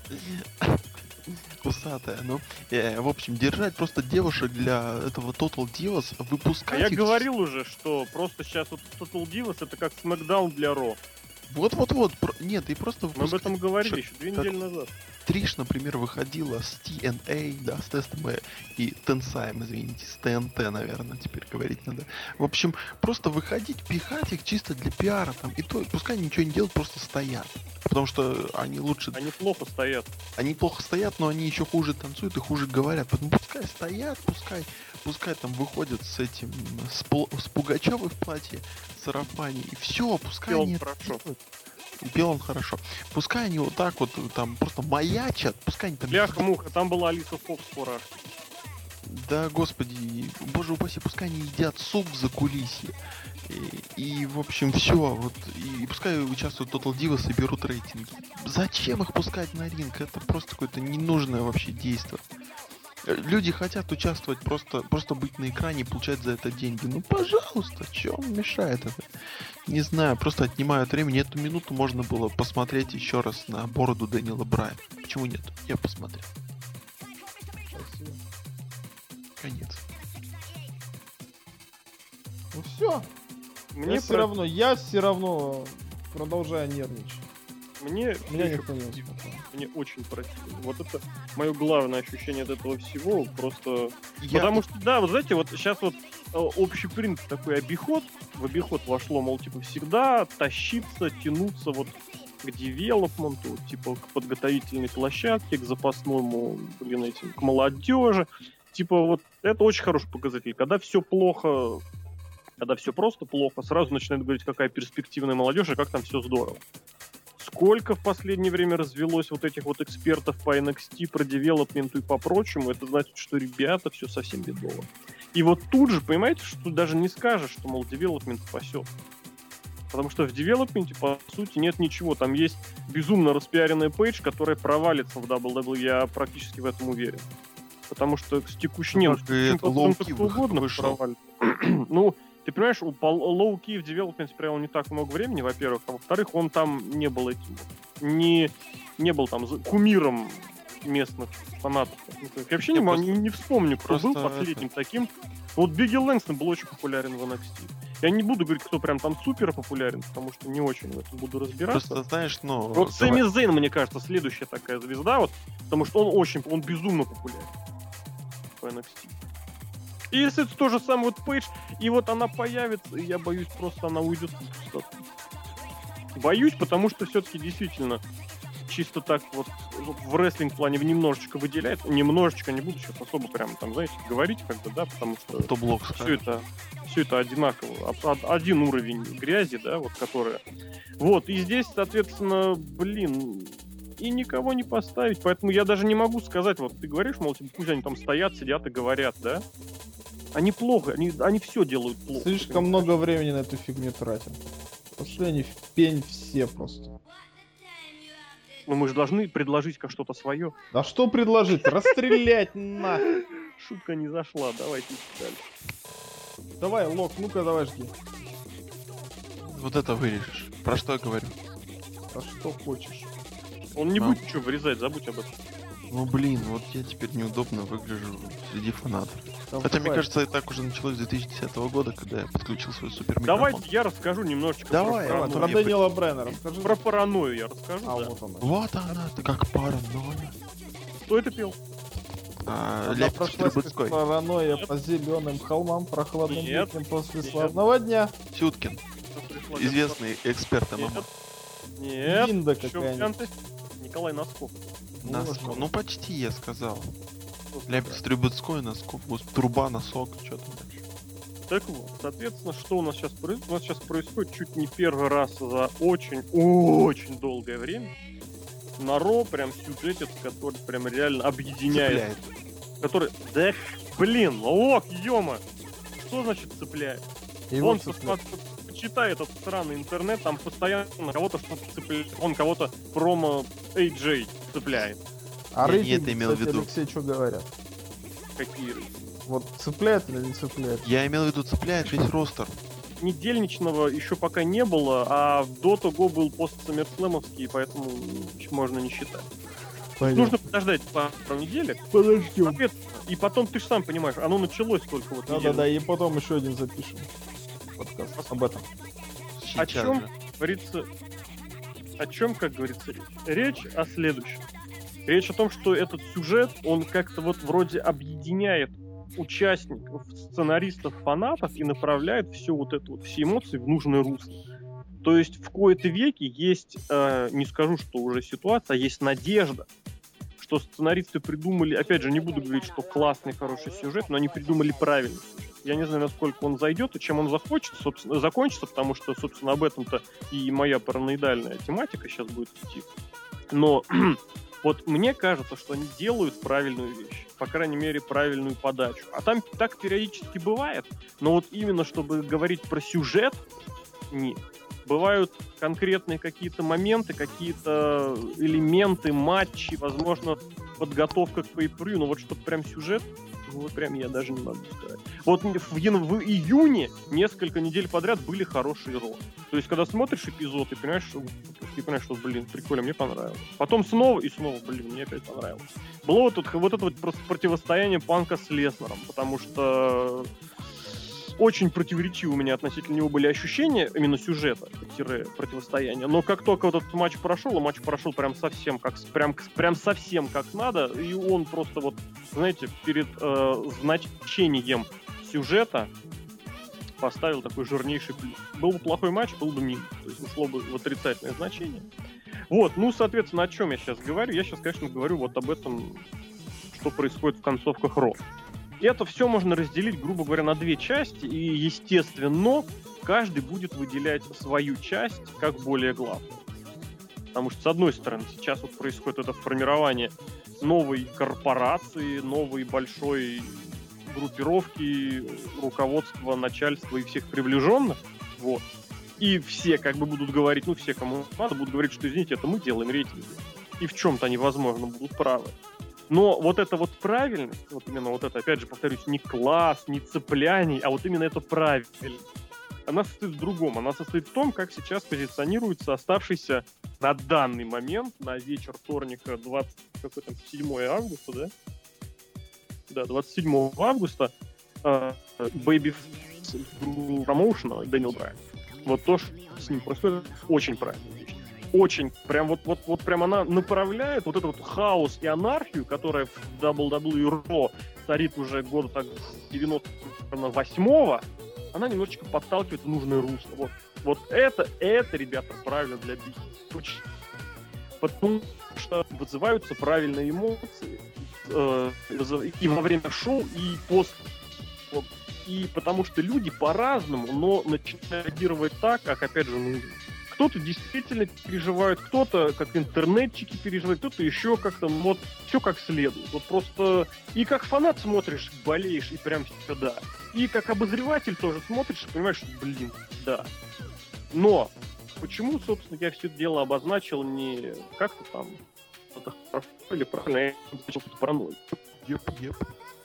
Усатая, ну, э, в общем, держать просто девушек для этого Total Divas, А выпускать я их... говорил уже, что просто сейчас вот Total Divas это как Смакдаун для Ро. Вот-вот-вот, про- нет, и просто Мы об выпускать... этом говорили Ш- еще две как- недели назад. Триш, например, выходила с ти эн эй, да, с Тест эм и Тенсайм, извините, с ти эн ти, наверное, теперь говорить надо. В общем, просто выходить, пихать их чисто для пиара, там, и то, пускай ничего не делают, просто стоят. Потому что они лучше, Они плохо стоят. они плохо стоят, но они еще хуже танцуют и хуже говорят. Поэтому пускай стоят, пускай, пускай там выходят с этим, с, Пл- с Пугачевой в платье, сарафане, и все, пускай Пел они... хорошо. делают. И пел он хорошо. Пускай они вот так вот там просто маячат, пускай они там... Бляха-муха, там была Алиса Фокс пора. Да, господи, боже упаси, пускай они едят суп за кулисье. И, и, в общем, все. Вот, и, и пускай участвуют Total Divas и берут рейтинги. Зачем их пускать на ринг? Это просто какое-то ненужное вообще действие. Люди хотят участвовать, просто, просто быть на экране и получать за это деньги. Ну, пожалуйста, что вам мешает это? Не знаю, просто отнимают времени. Эту минуту можно было посмотреть еще раз на бороду Дэниела Брайана. Почему нет? Я посмотрел. Спасибо. Конец. Ну все. Мне Я все про- равно, я все равно продолжаю нервничать. Мне, Меня ещё никто не успокоил. мне очень противно. Вот это мое главное ощущение от этого всего. Просто Я... потому что, да, вот знаете, вот сейчас вот э, общий принцип такой обиход, в обиход вошло, мол, типа, всегда тащиться, тянуться вот к девелопменту, типа, к подготовительной площадке, к запасному, блин, этим, к молодежи. Типа, вот это очень хороший показатель. Когда все плохо, когда все просто плохо, сразу начинают говорить, какая перспективная молодежь и как там все здорово. Сколько в последнее время развелось вот этих вот экспертов по эн экс ти, про девелопменту и по прочему, это значит, что, ребята, все совсем бедово. И вот тут же, понимаете, что тут даже не скажешь, что, мол, девелопмент спасет. Потому что в девелопменте, по сути, нет ничего. Там есть безумно распиаренная пейдж, которая провалится в дабл ю дабл ю и, я практически в этом уверен. Потому что с текущим... Ну, Нет, как с текущим это, подходом low-key как угодно вышел. провалится. Ну, ты понимаешь, у лоу-ки в девелопменте провел не так много времени, во-первых, а во-вторых, он там не был этим, не, не был там за- кумиром местных фанатов. Ну, то есть я вообще Я не, мо- просто- не, не вспомню, кто был просто последним таким. Вот Бигги Лэнгстон был очень популярен в эн экс ти. Я не буду говорить, кто прям там супер популярен, потому что не очень в этом буду разбираться. Просто, знаешь, ну... Вот давай. Сэмми Зейн, мне кажется, следующая такая звезда, вот, потому что он очень, он безумно популярен по эн экс ти. И если это то же самое вот Пейдж, и вот она появится, я боюсь, просто она уйдет в пустоту. Боюсь, потому что все-таки действительно чисто так вот в рестлинг-плане немножечко выделяет. Немножечко, не буду сейчас особо прям там, знаете, говорить как бы, да, потому что То блок все это, все это одинаково. Один уровень грязи, да, вот которая. Вот, и здесь, соответственно, блин, и никого не поставить. Поэтому я даже не могу сказать, вот ты говоришь, мол, типа, пусть они там стоят, сидят и говорят, да. Они плохо, они, они все делают плохо. Слишком много времени на эту фигню тратим. Пошли они в пень все просто. Но мы же должны предложить как что-то свое. А что предложить? Расстрелять нахуй. Шутка не зашла, давайте дальше. Давай, Лок, ну-ка давай жги. Вот это вырежешь. Про что я говорю? А что хочешь? Он не Ну. будет ничего вырезать, забудь об этом. Ну блин, вот я теперь неудобно выгляжу среди фанатов. Давай. Хотя, мне кажется, это так уже началось с две тысячи десятого года, когда я подключил свой супер микрофон. Давайте я расскажу немножечко Давай, про Давай, паранойю. про Дэниела Бреннера расскажи. Про паранойю я расскажу, А, да. вот она. Вот она, ты как паранойя. Кто это пел? А, Она Ляпис прошлась как Трубецкой. паранойя по зеленым холмам, прохладным Нет. летним после Нет. славного дня. Сюткин, известный эксперт эм эм а. Нет. Линда Ещё какая-нибудь. варианты? Николай Носков. Носков. Ну почти я сказал. Просто Ляпис Трубецкой, Носков, господи, труба, носок, что там. Так вот, соответственно, что у нас сейчас происходит? У нас сейчас происходит чуть не первый раз за очень-очень долгое время. На Ро прям сюжетец, который прям реально объединяет. Цепляет. Который... Да, блин, лок, ёма! Что значит цепляет? Его Он цепляет. почитай этот сраный интернет, там постоянно кого-то что-то цепляет. Он кого-то промо эй джей цепляет. А Я не рейтинги, это имел в кстати, виду. Алексей, что говорят? Какие? Вот цепляет или не цепляет? Я имел в виду цепляет весь ростер. Недельничного еще пока не было, а до того был пост Саммерслэмовский, поэтому можно не считать. Понятно. Нужно подождать пару неделек. Подождем. Соответственно, и потом, ты же сам понимаешь, оно началось только вот неделю. Да-да-да, и потом еще один запишем. Подкаст об этом. О Сейчас чем же. говорится? О чем, как говорится, речь? Речь о следующем. Речь о том, что этот сюжет, он как-то вот вроде объединяет участников, сценаристов, фанатов и направляет все вот это вот, все эмоции в нужное русло. То есть в кои-то веки есть, э, не скажу, что уже ситуация, а есть надежда, что сценаристы придумали, опять же, не буду говорить, что классный, хороший сюжет, но они придумали правильный. Я не знаю, насколько он зайдет и чем он захочет, собственно, закончится, потому что, собственно, об этом-то и моя параноидальная тематика сейчас будет идти. Но вот мне кажется, что они делают правильную вещь, по крайней мере, правильную подачу. А там так периодически бывает, но вот именно чтобы говорить про сюжет, нет. Бывают конкретные какие-то моменты, какие-то элементы, матчи, возможно, подготовка к pay-per-view, но вот чтобы прям сюжет, ну вот прям я даже не могу сказать. Вот в, в июне несколько недель подряд были хорошие Ро. То есть, когда смотришь эпизод, ты понимаешь, что, ты понимаешь, что, блин, прикольно, мне понравилось. Потом снова и снова, блин, мне опять понравилось. Было вот, тут, вот это вот просто противостояние Панка с Леснером, потому что очень противоречивы у меня относительно него были ощущения, именно сюжета, противостояния. Но как только вот этот матч прошел, а матч прошел прям совсем как, прям, прям совсем как надо, и он просто вот, знаете, перед э, значением сюжета поставил такой жирнейший плюс. Был бы плохой матч, был бы минус. То есть ушло бы в отрицательное значение. Вот, ну, соответственно, о чем я сейчас говорю? Я сейчас, конечно, говорю вот об этом, что происходит в концовках Ро. И это все можно разделить, грубо говоря, на две части, и, естественно, каждый будет выделять свою часть как более главную. Потому что, с одной стороны, сейчас вот происходит это формирование новой корпорации, новой большой группировки, руководства, начальства и всех приближенных. Вот. И все как бы будут говорить, ну все, кому надо, будут говорить, что, извините, это мы делаем рейтинги. И в чем-то они, возможно, будут правы. Но вот эта вот правильность, вот именно вот это, опять же, повторюсь, не класс, не цепляний, а вот именно это правильность, она состоит в другом. Она состоит в том, как сейчас позиционируется оставшийся на данный момент, на вечер вторника, двадцать седьмого августа, да? Да, двадцать седьмого августа, Baby Promotion Дэниел Брайан. Вот то, что с ним происходит, очень правильно. Очень, прям вот, вот, вот прям она направляет вот этот вот хаос и анархию, которая в дабл ю дабл ю и Raw царит уже года так с девяносто восьмого, она немножечко подталкивает в нужное русло. Вот, вот это, это, ребята, правильно для бизнеса. Потому что вызываются правильные эмоции э, и во время шоу, и после. И потому что люди по-разному, но начинают реагировать так, как, опять же, нужно. Кто-то действительно переживает, кто-то, как интернетчики, переживает, кто-то еще как-то, ну, вот, все как следует. Вот просто и как фанат смотришь, болеешь, и прям все, да. И как обозреватель тоже смотришь, и понимаешь, что, блин, да. Но почему, собственно, я все это дело обозначил не как-то там, это хорошо или правильно, я начал паранойю. Еп, еп.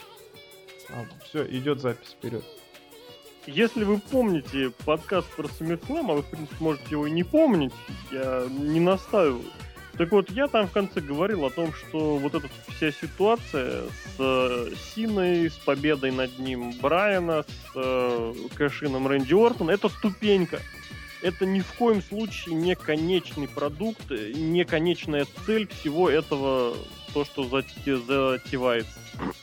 Все, идет запись вперед. Если вы помните подкаст про SummerSlam, а вы, в принципе, можете его и не помнить, я не настаиваю. Так вот, я там в конце говорил о том, что вот эта вся ситуация с э, Синой, с победой над ним Брайана, с э, кэш-ином Рэнди Ортона, это ступенька. Это ни в коем случае не конечный продукт, не конечная цель всего этого, то, что затевается.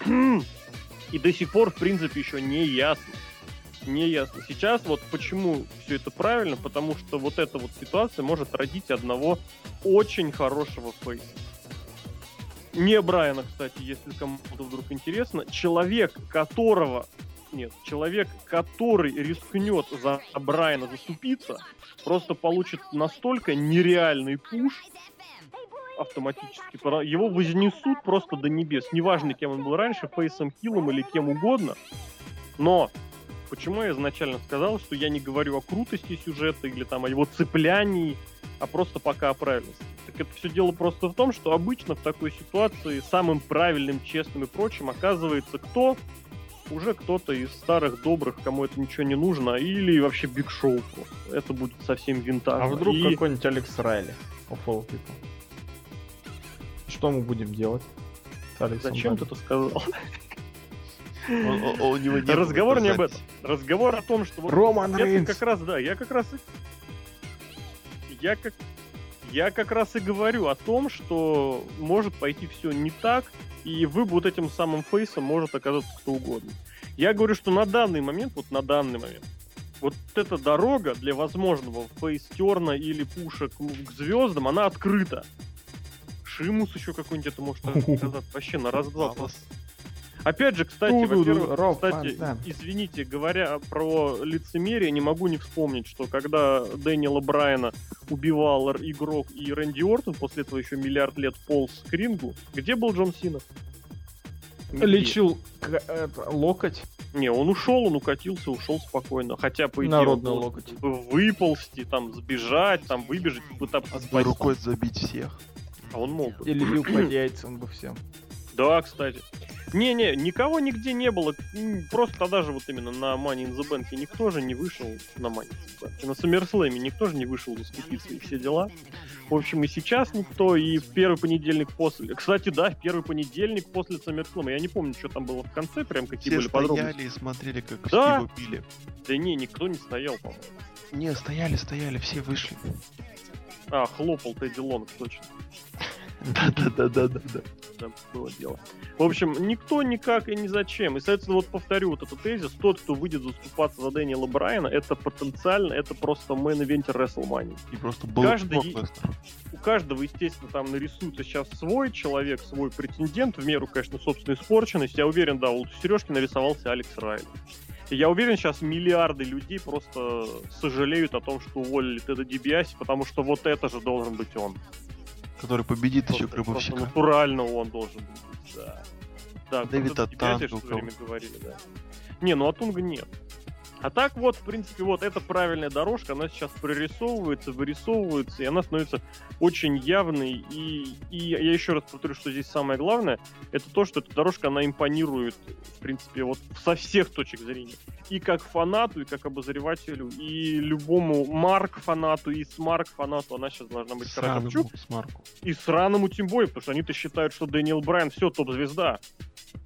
И до сих пор, в принципе, еще не ясно. Не ясно. Сейчас вот почему все это правильно, потому что вот эта вот ситуация может родить одного очень хорошего фейса. Не Брайана, кстати, если кому-то вдруг интересно. Человек, которого... Нет, человек, который рискнет за Брайана заступиться, просто получит настолько нереальный пуш автоматически. Его вознесут просто до небес. Неважно, кем он был раньше, фейсом, хилом или кем угодно. Но почему я изначально сказал, что я не говорю о крутости сюжета или там о его цеплянии, а просто пока о правильности. Так это все дело просто в том, что обычно в такой ситуации самым правильным, честным и прочим оказывается кто? Уже кто-то из старых добрых, кому это ничего не нужно, или вообще Биг Шоу просто. Это будет совсем винтажно. А вдруг и... какой-нибудь Алекс Райли? Of all people. Что мы будем делать с Алексом Зачем Райли? ты это сказал? У него не Разговор не об этом. Разговор о том, что... Роман Рейнс! Как раз, да, я как раз... Я как... Я как раз и говорю о том, что может пойти все не так, и вы вот этим самым фейсом может оказаться кто угодно. Я говорю, что на данный момент, вот на данный момент, вот эта дорога для возможного фейстерна или пуша к, к звездам, она открыта. Шимус еще какой-нибудь это может оказаться вообще на раз-два. Опять же, кстати, во-первых, кстати, извините, говоря про лицемерие, не могу не вспомнить, что когда Дэниела Брайана убивал игрок и Рэнди Ортон, после этого еще миллиард лет полз к рингу, где был Джон Сина? Лечил к- это, локоть. Не, он ушел, он укатился, ушел спокойно. Хотя, по идее, Народный он локоть. выползти, там, сбежать, там, выбежать, пытаться Одной рукой забить всех. А он мог бы. Или бил по яйцам бы всем. Да, кстати. Не-не, никого нигде не было. Просто тогда же вот именно на Money in the Bank никто же не вышел на Money in the Bank. На SummerSlam никто же не вышел заступиться и все дела. В общем, и сейчас никто, и в первый понедельник после... Кстати, да, в первый понедельник после SummerSlam. Я не помню, что там было в конце, прям какие Все были подробности. стояли и смотрели, как Да? Стива били. Да не, никто не стоял, по-моему. Не, стояли, стояли, все вышли. А, хлопал Тедди Лонг, точно. Да-да-да-да-да. Да, было дело. В общем, никто никак и ни зачем. И, соответственно, вот повторю вот этот тезис. Тот, кто выйдет заступаться за Дэниела Брайана, это потенциально, это просто мейн-ивентер WrestleMania. И просто был Каждый- блокбастер. У каждого, естественно, там нарисуется сейчас свой человек, свой претендент, в меру, конечно, собственной испорченности. Я уверен, да, у Сережки нарисовался Алекс Райли. И я уверен, сейчас миллиарды людей просто сожалеют о том, что уволили Теда Дибиаси, потому что вот это же должен быть он. Который победит еще Просто, просто Гробовщика. натурально он должен быть, да. Да, Дэвид про Теда Дибиаси Оттанга что время говорили, да. Не, ну Атунга нет. А так вот, в принципе, вот эта правильная дорожка, она сейчас прорисовывается, вырисовывается, и она становится очень явной. И, и я еще раз повторю, что здесь самое главное, это то, что эта дорожка, она импонирует, в принципе, вот со всех точек зрения. И как фанату, и как обозревателю, и любому Марк-фанату, и Смарк-фанату она сейчас должна быть Карачук. С Марку. И сраному тем более, потому что они-то считают, что Дэниел Брайан все, топ-звезда.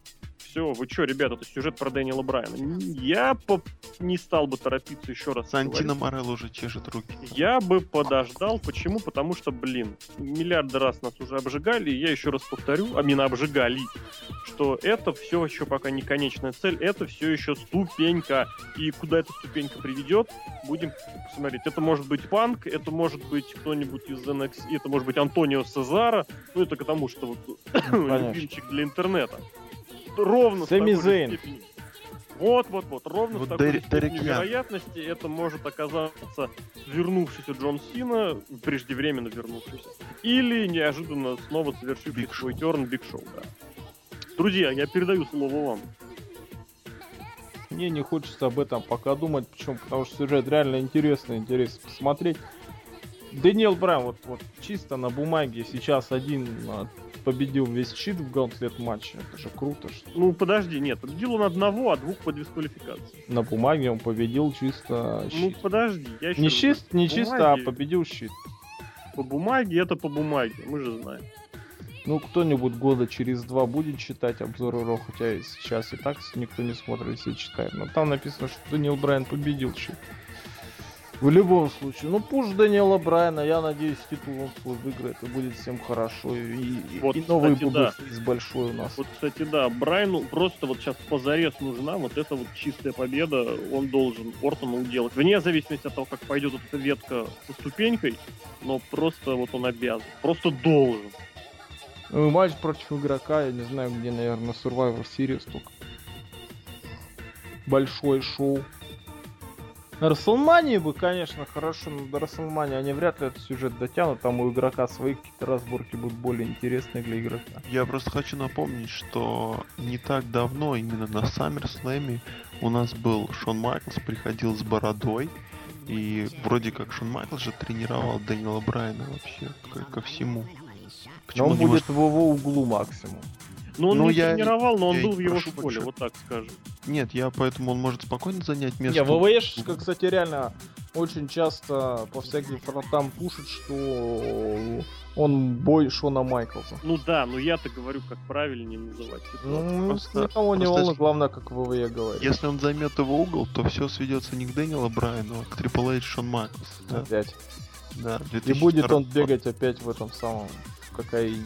все, вы что, ребята, это сюжет про Дэниела Брайана. Я по... не стал бы торопиться еще раз. Сантино Морелло уже чешет руки. Я бы подождал. Почему? Потому что, блин, миллиарды раз нас уже обжигали, и я еще раз повторю, а меня обжигали, что это все еще пока не конечная цель, это все еще ступенька. И куда эта ступенька приведет, будем посмотреть. Это может быть Панк, это может быть кто-нибудь из эн экс ти, это может быть Антонио Сезаро, ну это к тому, что вот любимчик для интернета. Ровно Сэмми с такой Зейн. степенью. Вот, вот, вот, ровно Вот с такой Дерек- степенью Дерек вероятности это может оказаться вернувшийся Джон Сина, преждевременно вернувшийся, или неожиданно снова совершивший Big свой терн Биг Шоу, да. Друзья, я передаю слово вам. Мне не хочется об этом пока думать, почему? Потому что сюжет реально интересный, интересно посмотреть. Дэниел Брайан, вот, вот чисто на бумаге сейчас один а, победил весь щит в гаунтлет матче. Это же круто. Что... Ну, подожди, нет, победил он одного, а двух по дисквалификации. На бумаге он победил чисто щит. Ну, подожди, я еще Не, раз чист, говорю, не по чисто, бумаге- а победил щит. По бумаге это по бумаге, мы же знаем. Ну, кто-нибудь года через два будет читать обзоры Ро, хотя и сейчас и так никто не смотрит, все читают. Но там написано, что Дэниел Брайан победил щит. В любом случае. Ну, пуш Дэниела Брайана, я надеюсь, титул он свой выиграет, и будет всем хорошо. И, и- Вот, и новый кстати, да. бэбэфейс большой у нас. Вот, кстати, да, Брайану просто вот сейчас позарез нужна вот эта вот чистая победа, он должен Ортону уделать. Вне зависимости от того, как пойдет эта ветка со ступенькой, но просто вот он обязан, просто должен. Ну, и матч против игрока, я не знаю, где, наверное, Survivor Series только. Большое шоу. На Расселмании бы, конечно, хорошо, но до Расселмании они вряд ли этот сюжет дотянут. Там у игрока свои какие-то разборки будут более интересные для игрока. Я просто хочу напомнить, что не так давно, именно на SummerSlam, у нас был Шон Майклс, приходил с бородой. И вроде как Шон Майклс же тренировал Дэниела Брайана вообще ко, ко всему. Но Почему он он не будет может- в его углу максимум. Но он Ну, не я- тренировал, но он я был и в его прошу школе, больше. вот так скажем. Нет, я поэтому он может спокойно занять место. Не, ВВЕшечка, кстати, реально очень часто по всяким фронтам пушит, что он бой Шона Майклса. Ну да, но я-то говорю, как правильнее называть. Ну, Просто- никого не просто волнует, если- главное, как ВВЕ говорит. Если он займет его угол, то все сведется не к Дэниелу Брайану, а к Triple H Шон Майклс. Да, Опять. да, И будет он 2002 бегать опять в этом самом в кокаине.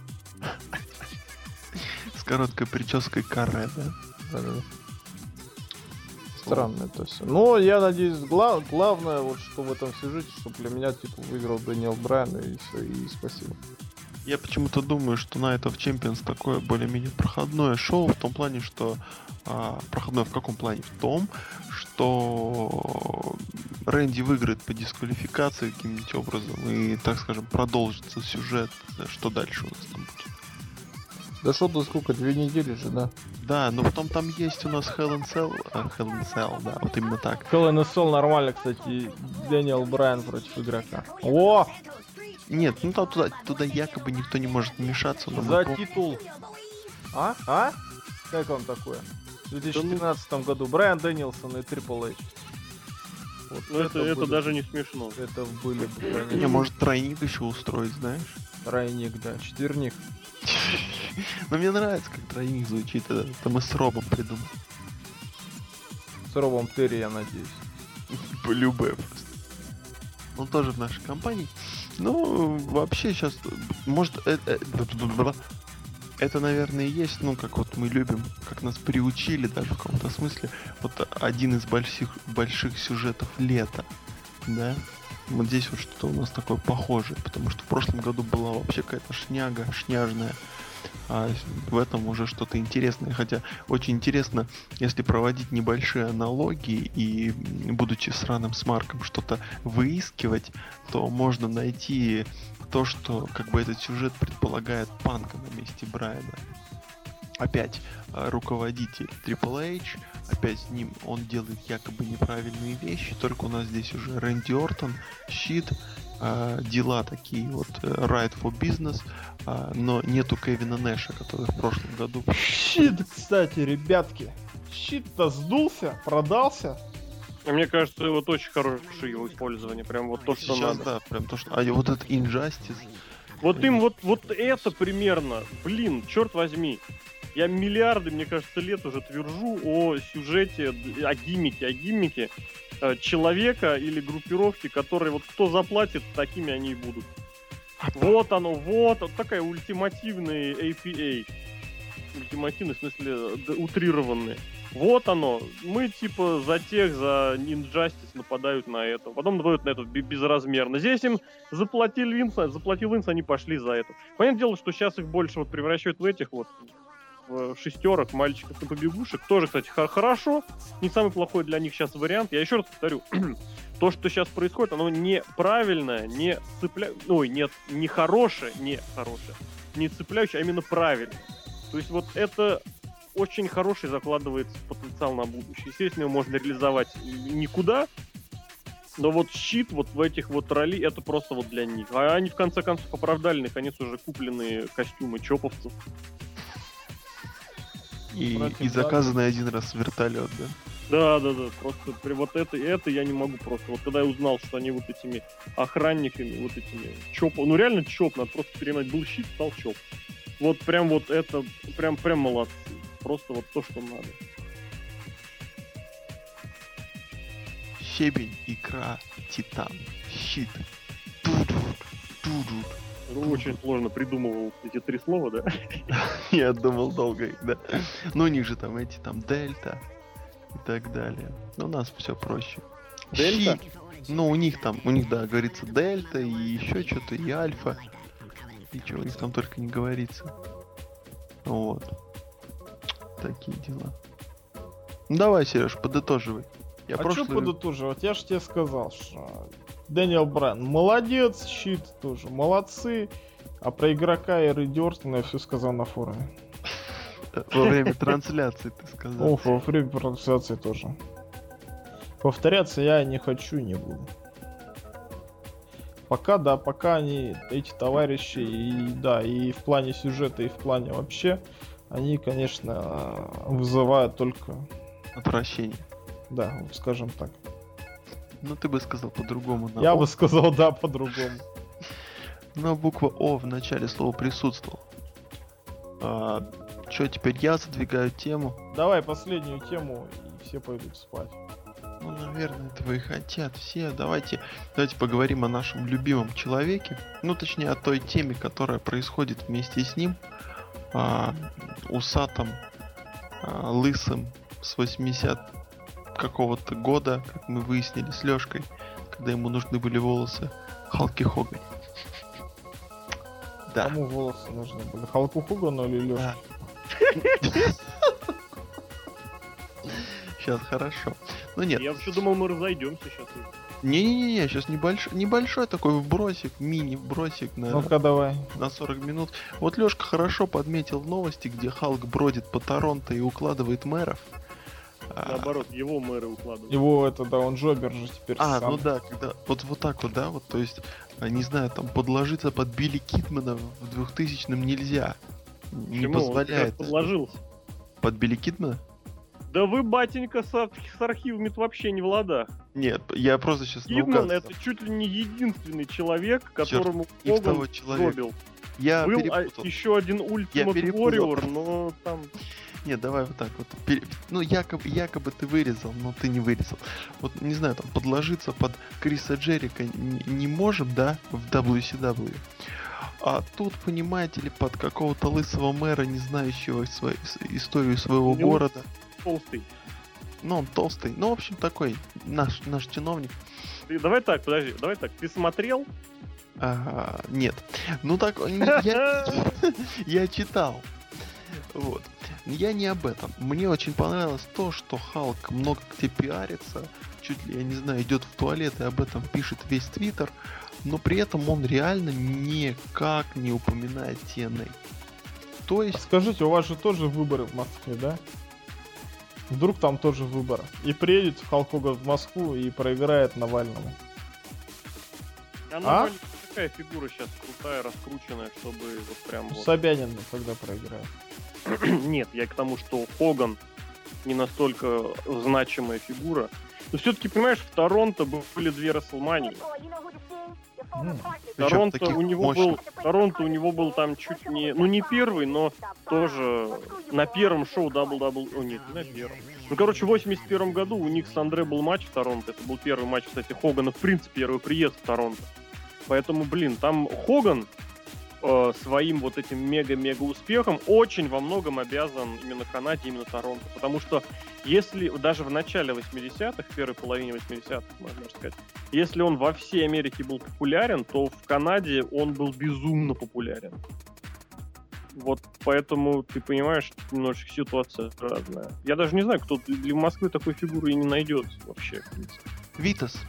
с короткой прической каре, да? Да-да-да. Странно это все. Но я надеюсь, гла- главное, вот что в этом сюжете, чтобы для меня титул выиграл Дэниел Брайан, и все, и спасибо. Я почему-то думаю, что Night of Champions такое более-менее проходное шоу в том плане, что а, проходное в каком плане? В том, что Рэнди выиграет по дисквалификации каким-нибудь образом и, так скажем, продолжится сюжет, да, что дальше у нас там будет. Да что-то сколько, две недели же, да? Да, но потом там есть у нас Hell in Cell, а, Hell in Cell, да, вот именно так. Hell in a Cell нормально, кстати, Дэниел Брайан против игрока. О! Нет, ну там туда, туда якобы никто не может вмешаться, но мы За пом- титул. А? А? Как он такое? В две тысячи тринадцатом году Брайан Дэнилсон и Трипл Эйч. Вот Ну это, это были- даже не смешно. Это были бы, конечно, Не, может тройник еще устроить, знаешь? тройник, да, четверник. Но мне нравится, как тройник звучит. Это, это мы с Робом придумали. С Робом Терри, я надеюсь. Любэ просто. Он тоже в нашей компании. Ну, вообще сейчас, может, э- э- это, наверное, и есть, ну, как вот мы любим, как нас приучили даже в каком-то смысле, вот один из больших, больших сюжетов лета, да? Вот здесь вот что-то у нас такое похожее, потому что в прошлом году была вообще какая-то шняга, шняжная, а в этом уже что-то интересное. Хотя очень интересно, если проводить небольшие аналогии и, будучи сраным смарком, что-то выискивать, то можно найти то, что как бы этот сюжет предполагает Панка на месте Брайана. Опять э, руководитель Triple H, опять с ним он делает якобы неправильные вещи, только у нас здесь уже Рэнди Ортон, щит, э, дела такие вот, э, right for business, э, но нету Кевина Нэша, который в прошлом году... Щит, кстати, ребятки. Щит-то сдулся, продался. А мне кажется, вот очень хорошее его использование. Прям вот то, что Сейчас, надо. да, прям то, что... А и вот этот Injustice... Вот им вот, вот это примерно, блин, черт возьми. Я миллиарды, мне кажется, лет уже твержу о сюжете, о гиммике, о гиммике э, человека или группировки, которые вот кто заплатит, такими они и будут. Вот оно, вот, вот такая ультимативная эй пи эй. Ультимативный, в смысле, д- утрированный. Вот оно. Мы типа за тех, за Injustice нападают на это. Потом нападают на это б- безразмерно. Здесь им заплатил Винс, заплатил Винс, они пошли за это. Понятное дело, что сейчас их больше вот превращают в этих вот в шестерок, мальчиков и побегушек. Тоже, кстати, х- хорошо. Не самый плохой для них сейчас вариант. Я еще раз повторю. То, что сейчас происходит, оно неправильное, не цепля... Ой, нет, не хорошее, не хорошее. Не цепляющее, а именно правильное. То есть вот это очень хороший закладывается потенциал на будущее. Естественно, его можно реализовать никуда, но вот щит вот в этих вот роли это просто вот для них. А они в конце концов оправдали наконец уже купленные костюмы чоповцев. И, Против и заказанный один раз вертолет, да? Да, да, да, просто при вот это, это я не могу просто. Вот когда я узнал, что они вот этими охранниками, вот этими чоп, ну реально чоп, надо просто переименовать, был щит, стал чоп. Вот прям вот это, прям, прям молодцы. Просто вот то, что надо. Щебень, икра, титан, щит. Ту-ду, ту-ду. Ну, очень сложно придумывал эти три слова, да? Я думал долго их, да. Ну у них же там эти там дельта и так далее. Но у нас все проще. Дельта? Щит. Ну у них там, у них, да, говорится дельта и еще что-то, и альфа. И чего у них там только не говорится. Вот. Такие дела. Ну давай, Сереж, подытоживай. Я А прошлый... что подытоживать? Я ж тебе сказал, что Дэниел Брyan молодец, щит тоже молодцы. А про игрока и Редёрстона я все сказал на форуме. Во время трансляции ты сказал. О, во время трансляции тоже. Повторяться я не хочу и не буду. Пока, да, пока они, эти товарищи, и да, и в плане сюжета, и в плане вообще, они, конечно, вызывают только, Отвращение. да, скажем так. Ну ты бы сказал по-другому. на Я «о». бы сказал, да, по-другому. Но буква О в начале слова присутствовала. А, Че, теперь я задвигаю тему? Давай последнюю тему, и все пойдут спать. Ну, наверное, этого и хотят все. Давайте, давайте поговорим о нашем любимом человеке. Ну, точнее, о той теме, которая происходит вместе с ним. А, усатым, а, лысым, с восьмидесятого какого-то года, как мы выяснили с Лёшкой, когда ему нужны были волосы, Халки Хоган. Да. Кому волосы нужны были? Халку Хугану или Лёше? Сейчас хорошо. Ну нет. Я вообще думал, мы разойдемся сейчас. Не-не-не, сейчас небольшой, небольшой такой вбросик, мини-вбросик на, Ну-ка давай. на сорок минут. Вот Лёшка хорошо подметил в новости, где Халк бродит по Торонто и укладывает мэров. А, Наоборот, его мэры укладывают. Его это, да, он Джобер же теперь А, сам. ну да, когда вот, вот так вот, да, вот, то есть, а, не знаю, там подложиться под Билли Китмана в двухтысячном нельзя. Не Почему? Он как раз позволяет. подложился. Под Билли Китмана? Да вы, батенька, с, ар- с архивами вообще не в ладах. Нет, я просто сейчас Кидман — это чуть ли не единственный человек, которому и в того Хоган человека. пробил. Я Был а, перепутал. еще один Ultimate перепутал. Warrior, но там... Нет, давай вот так вот. Пере- Ну, якобы, якобы ты вырезал, но ты не вырезал. Вот, не знаю, там, подложиться под Криса Джерика не, не можем, да, в дабл ю си дабл ю. А тут, понимаете ли, под какого-то лысого мэра, не знающего свой, с- историю своего Не города. Толстый. Ну, он толстый. Ну, в общем, такой наш, наш чиновник. Ты, давай так, подожди, давай так. Ты смотрел? А, нет. Ну так, не- я, я читал. Вот. Я не об этом. Мне очень понравилось то, что Халк много где пиарится, чуть ли, я не знаю, идет в туалет и об этом пишет весь Твиттер, но при этом он реально никак не упоминает ти эн эй. То есть... Скажите, у вас же тоже выборы в Москве, да? Вдруг там тоже выборы. И приедет Халк Хоган в Москву и проиграет Навальному. А, А? Навальный какая фигура сейчас крутая, раскрученная, чтобы вот прям вот... Собянин когда проиграет. Нет, я к тому, что Хоган не настолько значимая фигура. Но все-таки, понимаешь, в Торонто были две Расселмании. М. Причем Торонто таких у него мощных. был, Торонто у него был там чуть не, ну не первый, но тоже на первом шоу дабл дабл, о нет, не на первом. Ну, короче, в восемьдесят первом году у них с Андре был матч в Торонто. Это был первый матч, кстати, Хогана, в принципе, первый приезд в Торонто. Поэтому, блин, там Хоган э, своим вот этим мега-мега успехом очень во многом обязан именно Канаде, именно Торонто. Потому что если даже в начале восьмидесятых, в первой половине восьмидесятых, можно сказать, если он во всей Америке был популярен, то в Канаде он был безумно популярен. Вот поэтому, ты понимаешь, немножечко ситуация разная. Я даже не знаю, кто для Москвы такой фигуры и не найдется вообще. В принципе. Витас.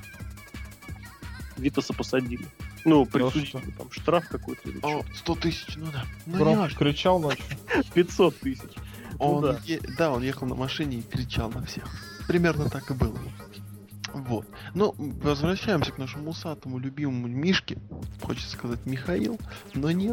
Витаса посадили. Ну, присудили там штраф какой-то или О, что. сто тысяч, ну да. Ну, не Громко важно. кричал ночью. пятьсот тысяч. Он Ну да. е- да, он ехал на машине и кричал на всех. Примерно так и было. Вот. Ну, возвращаемся к нашему усатому любимому Мишке. Хочется сказать Михаил, но нет.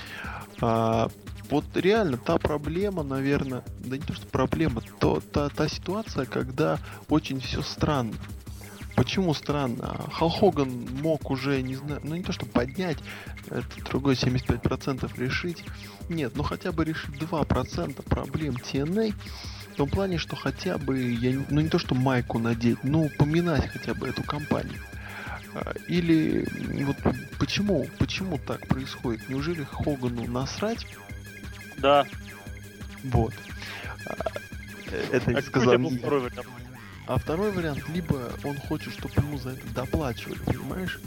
А, вот реально та проблема, наверное, да не то что проблема, то та, та ситуация, когда очень все странно. Почему странно? Халк Хоган мог уже, не знаю, ну не то что поднять, это другой семьдесят пять процентов решить. Нет, ну хотя бы решить два процента проблем ти эн эй. В том плане, что хотя бы, я, не- ну не то что майку надеть, ну упоминать хотя бы эту компанию. А, Или м, вот почему, почему так происходит? Неужели Хогану насрать? Да. Вот. А, э, Это А не какой у сказал тебя был не я. второй вариант? А второй вариант, либо он хочет, чтобы ему за это доплачивали, понимаешь?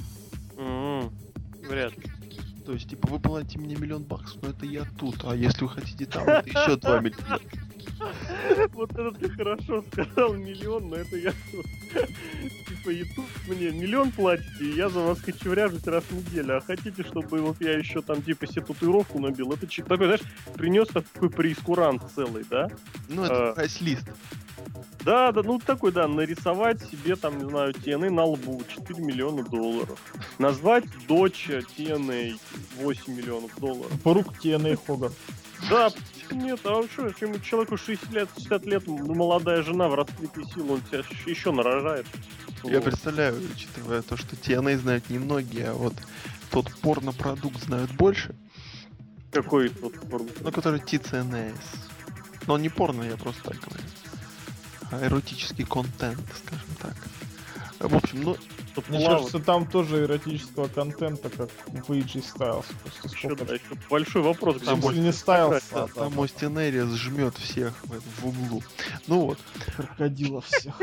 М, Вряд ли. То есть, типа, вы платите мне миллион баксов, но это я тут, а если вы хотите там, это еще два миллиона. Вот это ты хорошо сказал, миллион, но это я тут. Типа, и тут мне миллион платите, и я за вас кочевряжусь раз в неделю. А хотите, чтобы вот я еще там типа себе татуировку набил? Это че- такой, знаешь, принес такой преискурант целый, да? Ну, это А. прайс-лист. Да, да, ну такой, да, нарисовать себе там, не знаю, ти эн эй на лбу четыре миллиона долларов. Назвать дочь ти эн эй восемь миллионов долларов. Порук ти эн эй Хоган. Да, нет, а что, если ему человеку шестьдесят лет, шестьдесят лет, ну, молодая жена в расцвете сил, он тебя еще нарожает. Я Вот. представляю, учитывая то, что ти эн эй знают немногие, а вот тот порно-продукт знают больше, Какой тут форм- ну, который ти си эн эй. Но он не порно, я просто так говорю. А эротический контент, скажем так. В общем, ну, тут Мне плавает. кажется, там тоже эротического контента, как в эй джи Styles. Просто Еще, сколько... да, еще большой вопрос. Там где Если будет не Styles, та- а там там Остин Эриас жмет всех в, этом- в углу. Ну вот. крокодилов всех.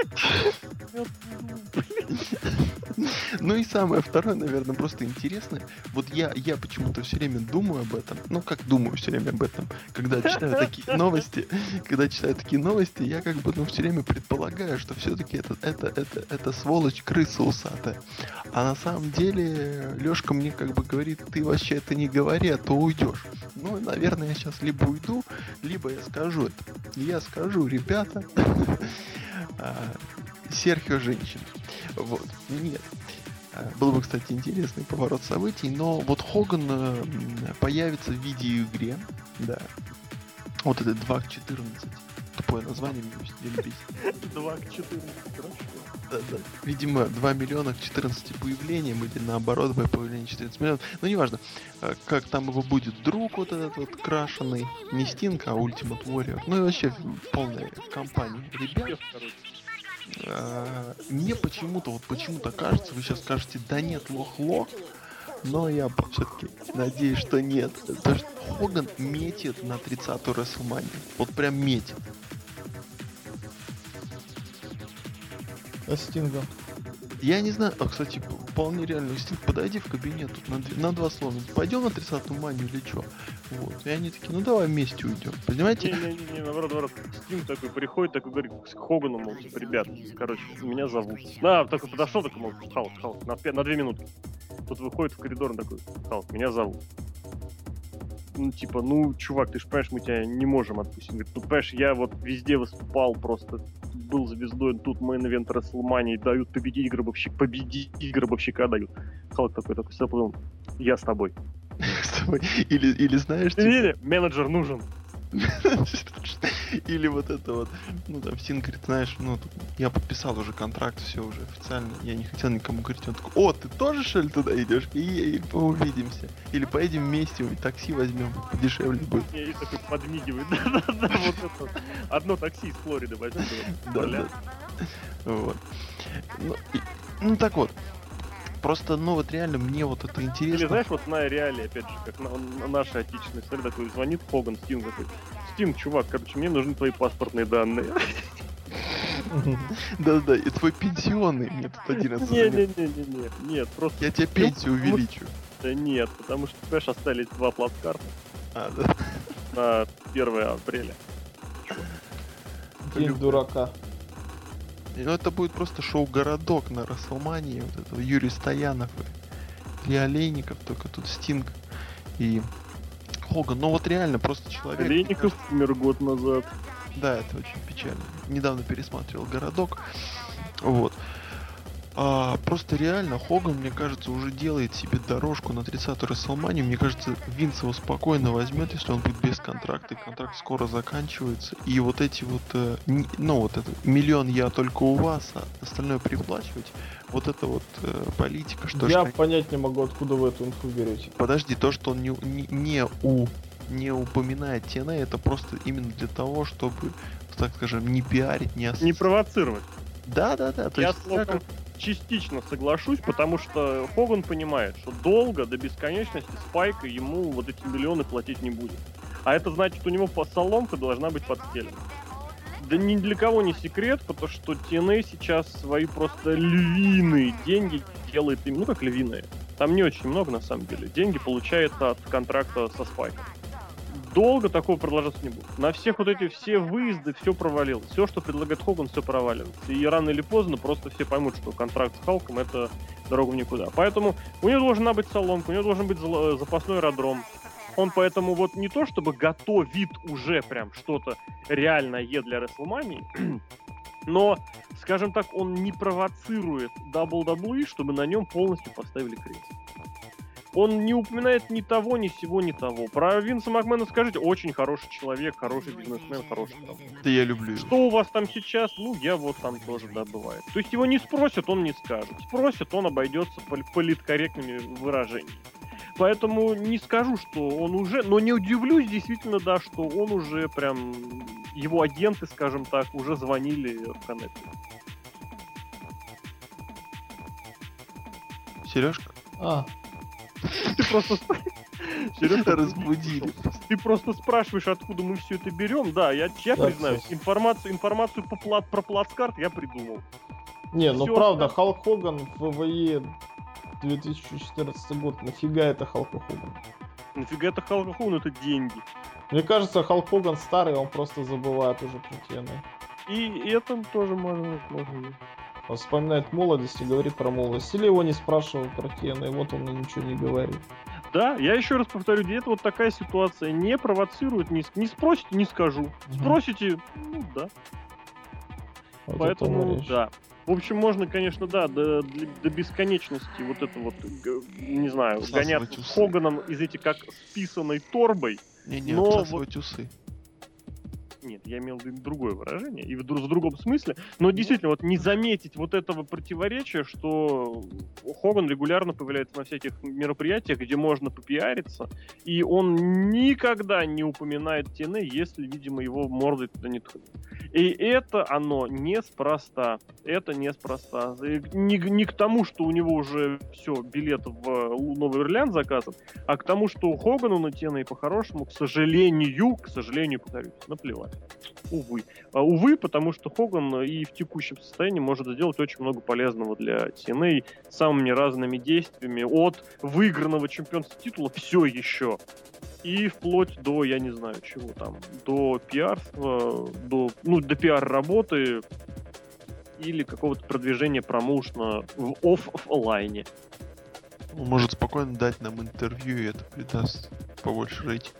Ну и самое второе, наверное, просто интересное. Вот я, я почему-то все время думаю об этом. Ну, как думаю все время об этом, когда читаю такие новости. Когда читаю такие новости, я как бы, ну, все время предполагаю, что все-таки это, это, это, это сволочь крыса усатая. А на самом деле, Лешка мне как бы говорит, ты вообще это не говори, а то уйдешь. Ну, наверное, я сейчас либо уйду, либо я скажу это. И я скажу, ребята, а, Серхио женщина. Вот. Нет. А, Был бы, кстати, интересный поворот событий, но вот Хоган э, м, появится в видеоигре, да. Вот это два к четырнадцать. Тупое название меня очень сильно бесит. два к четырнадцати, хорошо. Да, да. Видимо, два миллиона к четырнадцати появлениям, или наоборот, по появлению четырнадцать миллионов. Ну, неважно, а, как там его будет друг вот этот вот крашеный, не Стинг, а Ultimate Warrior. Ну и вообще полная компания ребят. Успех, короче. А, Мне почему-то, вот почему-то кажется, вы сейчас скажете, да нет, лох-лох, но я все-таки надеюсь, что нет. Потому что Хоган метит на тридцатую Расселманию. Вот прям метит. А Стингом. Я не знаю, а, кстати, п- вполне реально, Стинг, подойди в кабинет тут на, две- на два слова. Пойдем на тридцатую манию или что? Вот. И они такие, ну давай вместе уйдем. Понимаете? Не-не-не, наоборот, наоборот. Стим такой приходит, такой говорит к Хогану, мол, типа, ребят, короче, меня зовут. Да, такой подошел, такой, мол, Халк, Халк, на, пя- на две минутки. Тут выходит в коридор, он такой, Халк, меня зовут. Ну, типа, ну, чувак, ты же понимаешь, мы тебя не можем отпустить. Он говорит, ну, понимаешь, я вот везде выступал, просто был звездой, тут мейн-эвент Расселмании, дают победить гробовщик, победить гробовщика дают. Халк такой, такой, сопл, я с тобой. С тобой. Или, или знаешь, типа, Не-не-не, менеджер нужен. Или вот это вот, ну там Стинг говорит, знаешь, ну я подписал уже контракт, все уже официально, я не хотел никому говорить, он такой, о, ты тоже что ли туда идешь? И, и увидимся. Или поедем вместе, и такси возьмем, дешевле будет. И такой подмигивает, да-да-да, вот это. Одно такси из Флориды возьмем. Да-да. Вот. Ну так вот. Просто, ну вот реально, мне вот это интересно. Или знаешь, вот на реалии, опять же, как на, на нашей отечественной истории, такой звонит Хоган, Стинг такой, Стинг, чувак, короче, мне нужны твои паспортные данные. Да-да, и твой пенсионный мне тут один раз звонит. Не-не-не, нет, просто... Я тебе пенсию увеличу. Да нет, потому что, понимаешь, остались два плацкарта А, да. на первое апреля. День дурака. Ну это будет просто шоу-городок на Расселмании, вот этого Юрий Стоянов и Илья Олейников, только тут Стинг и Хоган. Ну вот реально просто человек... Олейников умер год назад. Да, это очень печально. Недавно пересматривал городок. Вот. А, просто реально Хоган, мне кажется, уже делает себе дорожку на тридцатую Расселманию. Мне кажется, Винс его спокойно возьмет, если он будет без контракта. И контракт скоро заканчивается. И вот эти вот, э, не, ну вот это миллион я только у вас, а остальное приплачивать. Вот это вот э, политика, что Я ж, понять не могу, откуда вы эту инфу берете. Подожди, то, что он не, не, не у не упоминает ти эн эй, это просто именно для того, чтобы, так скажем, не пиарить, не Не провоцировать. Да, да, да. Я с Локом частично соглашусь, потому что Хоган понимает, что долго до бесконечности Спайка ему вот эти миллионы платить не будет. А это значит, у него соломка должна быть подстелена. Да ни для кого не секрет, потому что ти эн эй сейчас свои просто львиные деньги делает им, ну как львиные. Там не очень много на самом деле. Деньги получает от контракта со Спайком. Долго такого продолжаться не будет. На всех вот эти все выезды все провалилось. Все, что предлагает Хоган, все проваливается. И рано или поздно просто все поймут, что контракт с Халком — это дорога в никуда. Поэтому у него должна быть соломка, у него должен быть запасной аэродром. Он поэтому вот не то чтобы готовит уже прям что-то реальное для Расселмании, но, скажем так, он не провоцирует дабл ю дабл ю и, чтобы на нем полностью поставили крест. Он не упоминает ни того, ни сего, ни того. Про Винса Макмена скажите, очень хороший человек, хороший бизнесмен, хороший там. Да я люблю его. Что у вас там сейчас? Ну, я вот там тоже, да, бывает. То есть его не спросят, он не скажет. Спросят, он обойдется политкорректными выражениями. Поэтому не скажу, что он уже... Но не удивлюсь действительно, да, что он уже прям... Его агенты, скажем так, уже звонили в Коннект. Сережка? А. Ты просто... Сережка разбудили. Ты просто спрашиваешь, откуда мы все это берем. Да, я, я да, признаюсь, информацию, информацию по плат, про плацкарт я придумал. Не, ну Всё правда, остальное... Халк Хоган в ВВЕ две тысячи четырнадцатый год. Нафига это Халк Хоган? Нафига это Халк Хоган, это деньги. Мне кажется, Халк Хоган старый, он просто забывает уже про ти эн эй. И это тоже можно... можно... Он вспоминает молодость и говорит про молодость. Или его не спрашивают про ти эн эй, вот он и ничего не говорит. Да, я еще раз повторю, где-то вот такая ситуация. Не провоцирует, не, не спросите, не скажу. Спросите, ну да. Вот Поэтому, да. В общем, можно, конечно, да, до, до бесконечности вот это вот, не знаю, Всасывать гоняться усы. с Хоганом из этих как с писаной торбой. Не-не, но обсасывать вот... усы. Нет, я имел в виду другое выражение, и в, в другом смысле. Но действительно, вот не заметить вот этого противоречия, что Хоган регулярно появляется на всяких мероприятиях, где можно попиариться, и он никогда не упоминает ти эн эй, если, видимо, его мордой туда не ткнут. И это оно неспроста. Это неспроста. Не, не к тому, что у него уже все, билет в Новый Орлеан заказан, а к тому, что Хогану на ти эн эй по-хорошему, к сожалению, к сожалению, повторюсь, наплевать. Увы. А, увы, потому что Хоган и в текущем состоянии может сделать очень много полезного для ти эн эй самыми разными действиями, от выигранного чемпионства титула все еще, и вплоть до, я не знаю, чего там, до пиарства, до, ну, до пиар-работы или какого-то продвижения промоушена в оффлайне. Он может спокойно дать нам интервью, и это придаст побольше рейтинга.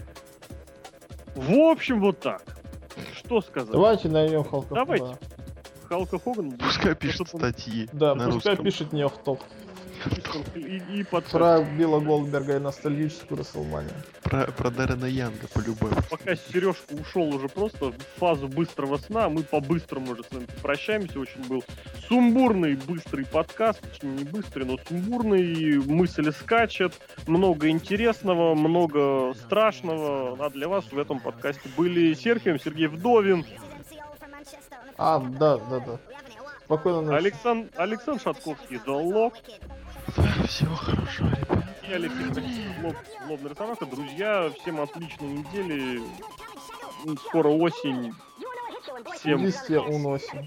В общем, вот так. Что сказать? Давайте найдем Халка Давайте. Хогана. Халка Хоган. Пускай пишет он... статьи. Да, на пускай русском. пишет не офф-топ. И, и под... Про Билла Голдберга и ностальгическую Расселманию. Про, про Дэрена Янга по-любому. Пока Сережка ушел уже просто в фазу быстрого сна, мы по-быстрому уже с вами прощаемся. Очень был сумбурный, быстрый подкаст. Точнее, не быстрый, но сумбурный. Мысли скачет. Много интересного, много страшного. А для вас в этом подкасте были Серхием, Сергей Вдовин. А, да, да, да. Спокойно ночи. Александр, Александр Шатковский, The Lock. Всего хорошего, ребят. И Алексей Красильников, Лоб, Лобный Росомаха. Друзья, всем отличной недели. Скоро осень. Всем... Листья уносим.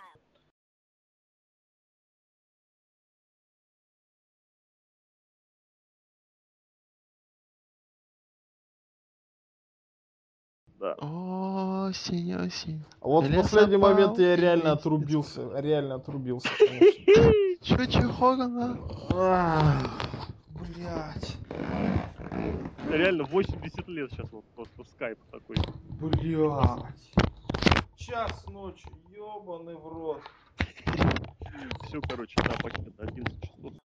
Да. Осень, осень. Вот в Лесопал, последний момент я реально листья. отрубился. Реально отрубился, конечно. Чё-чё, Хогана? Блять. Реально восемьдесят лет сейчас вот просто скайп такой. Блять. Час ночи, ёбаный в рот. Все, короче, да, пакет одиннадцать часов.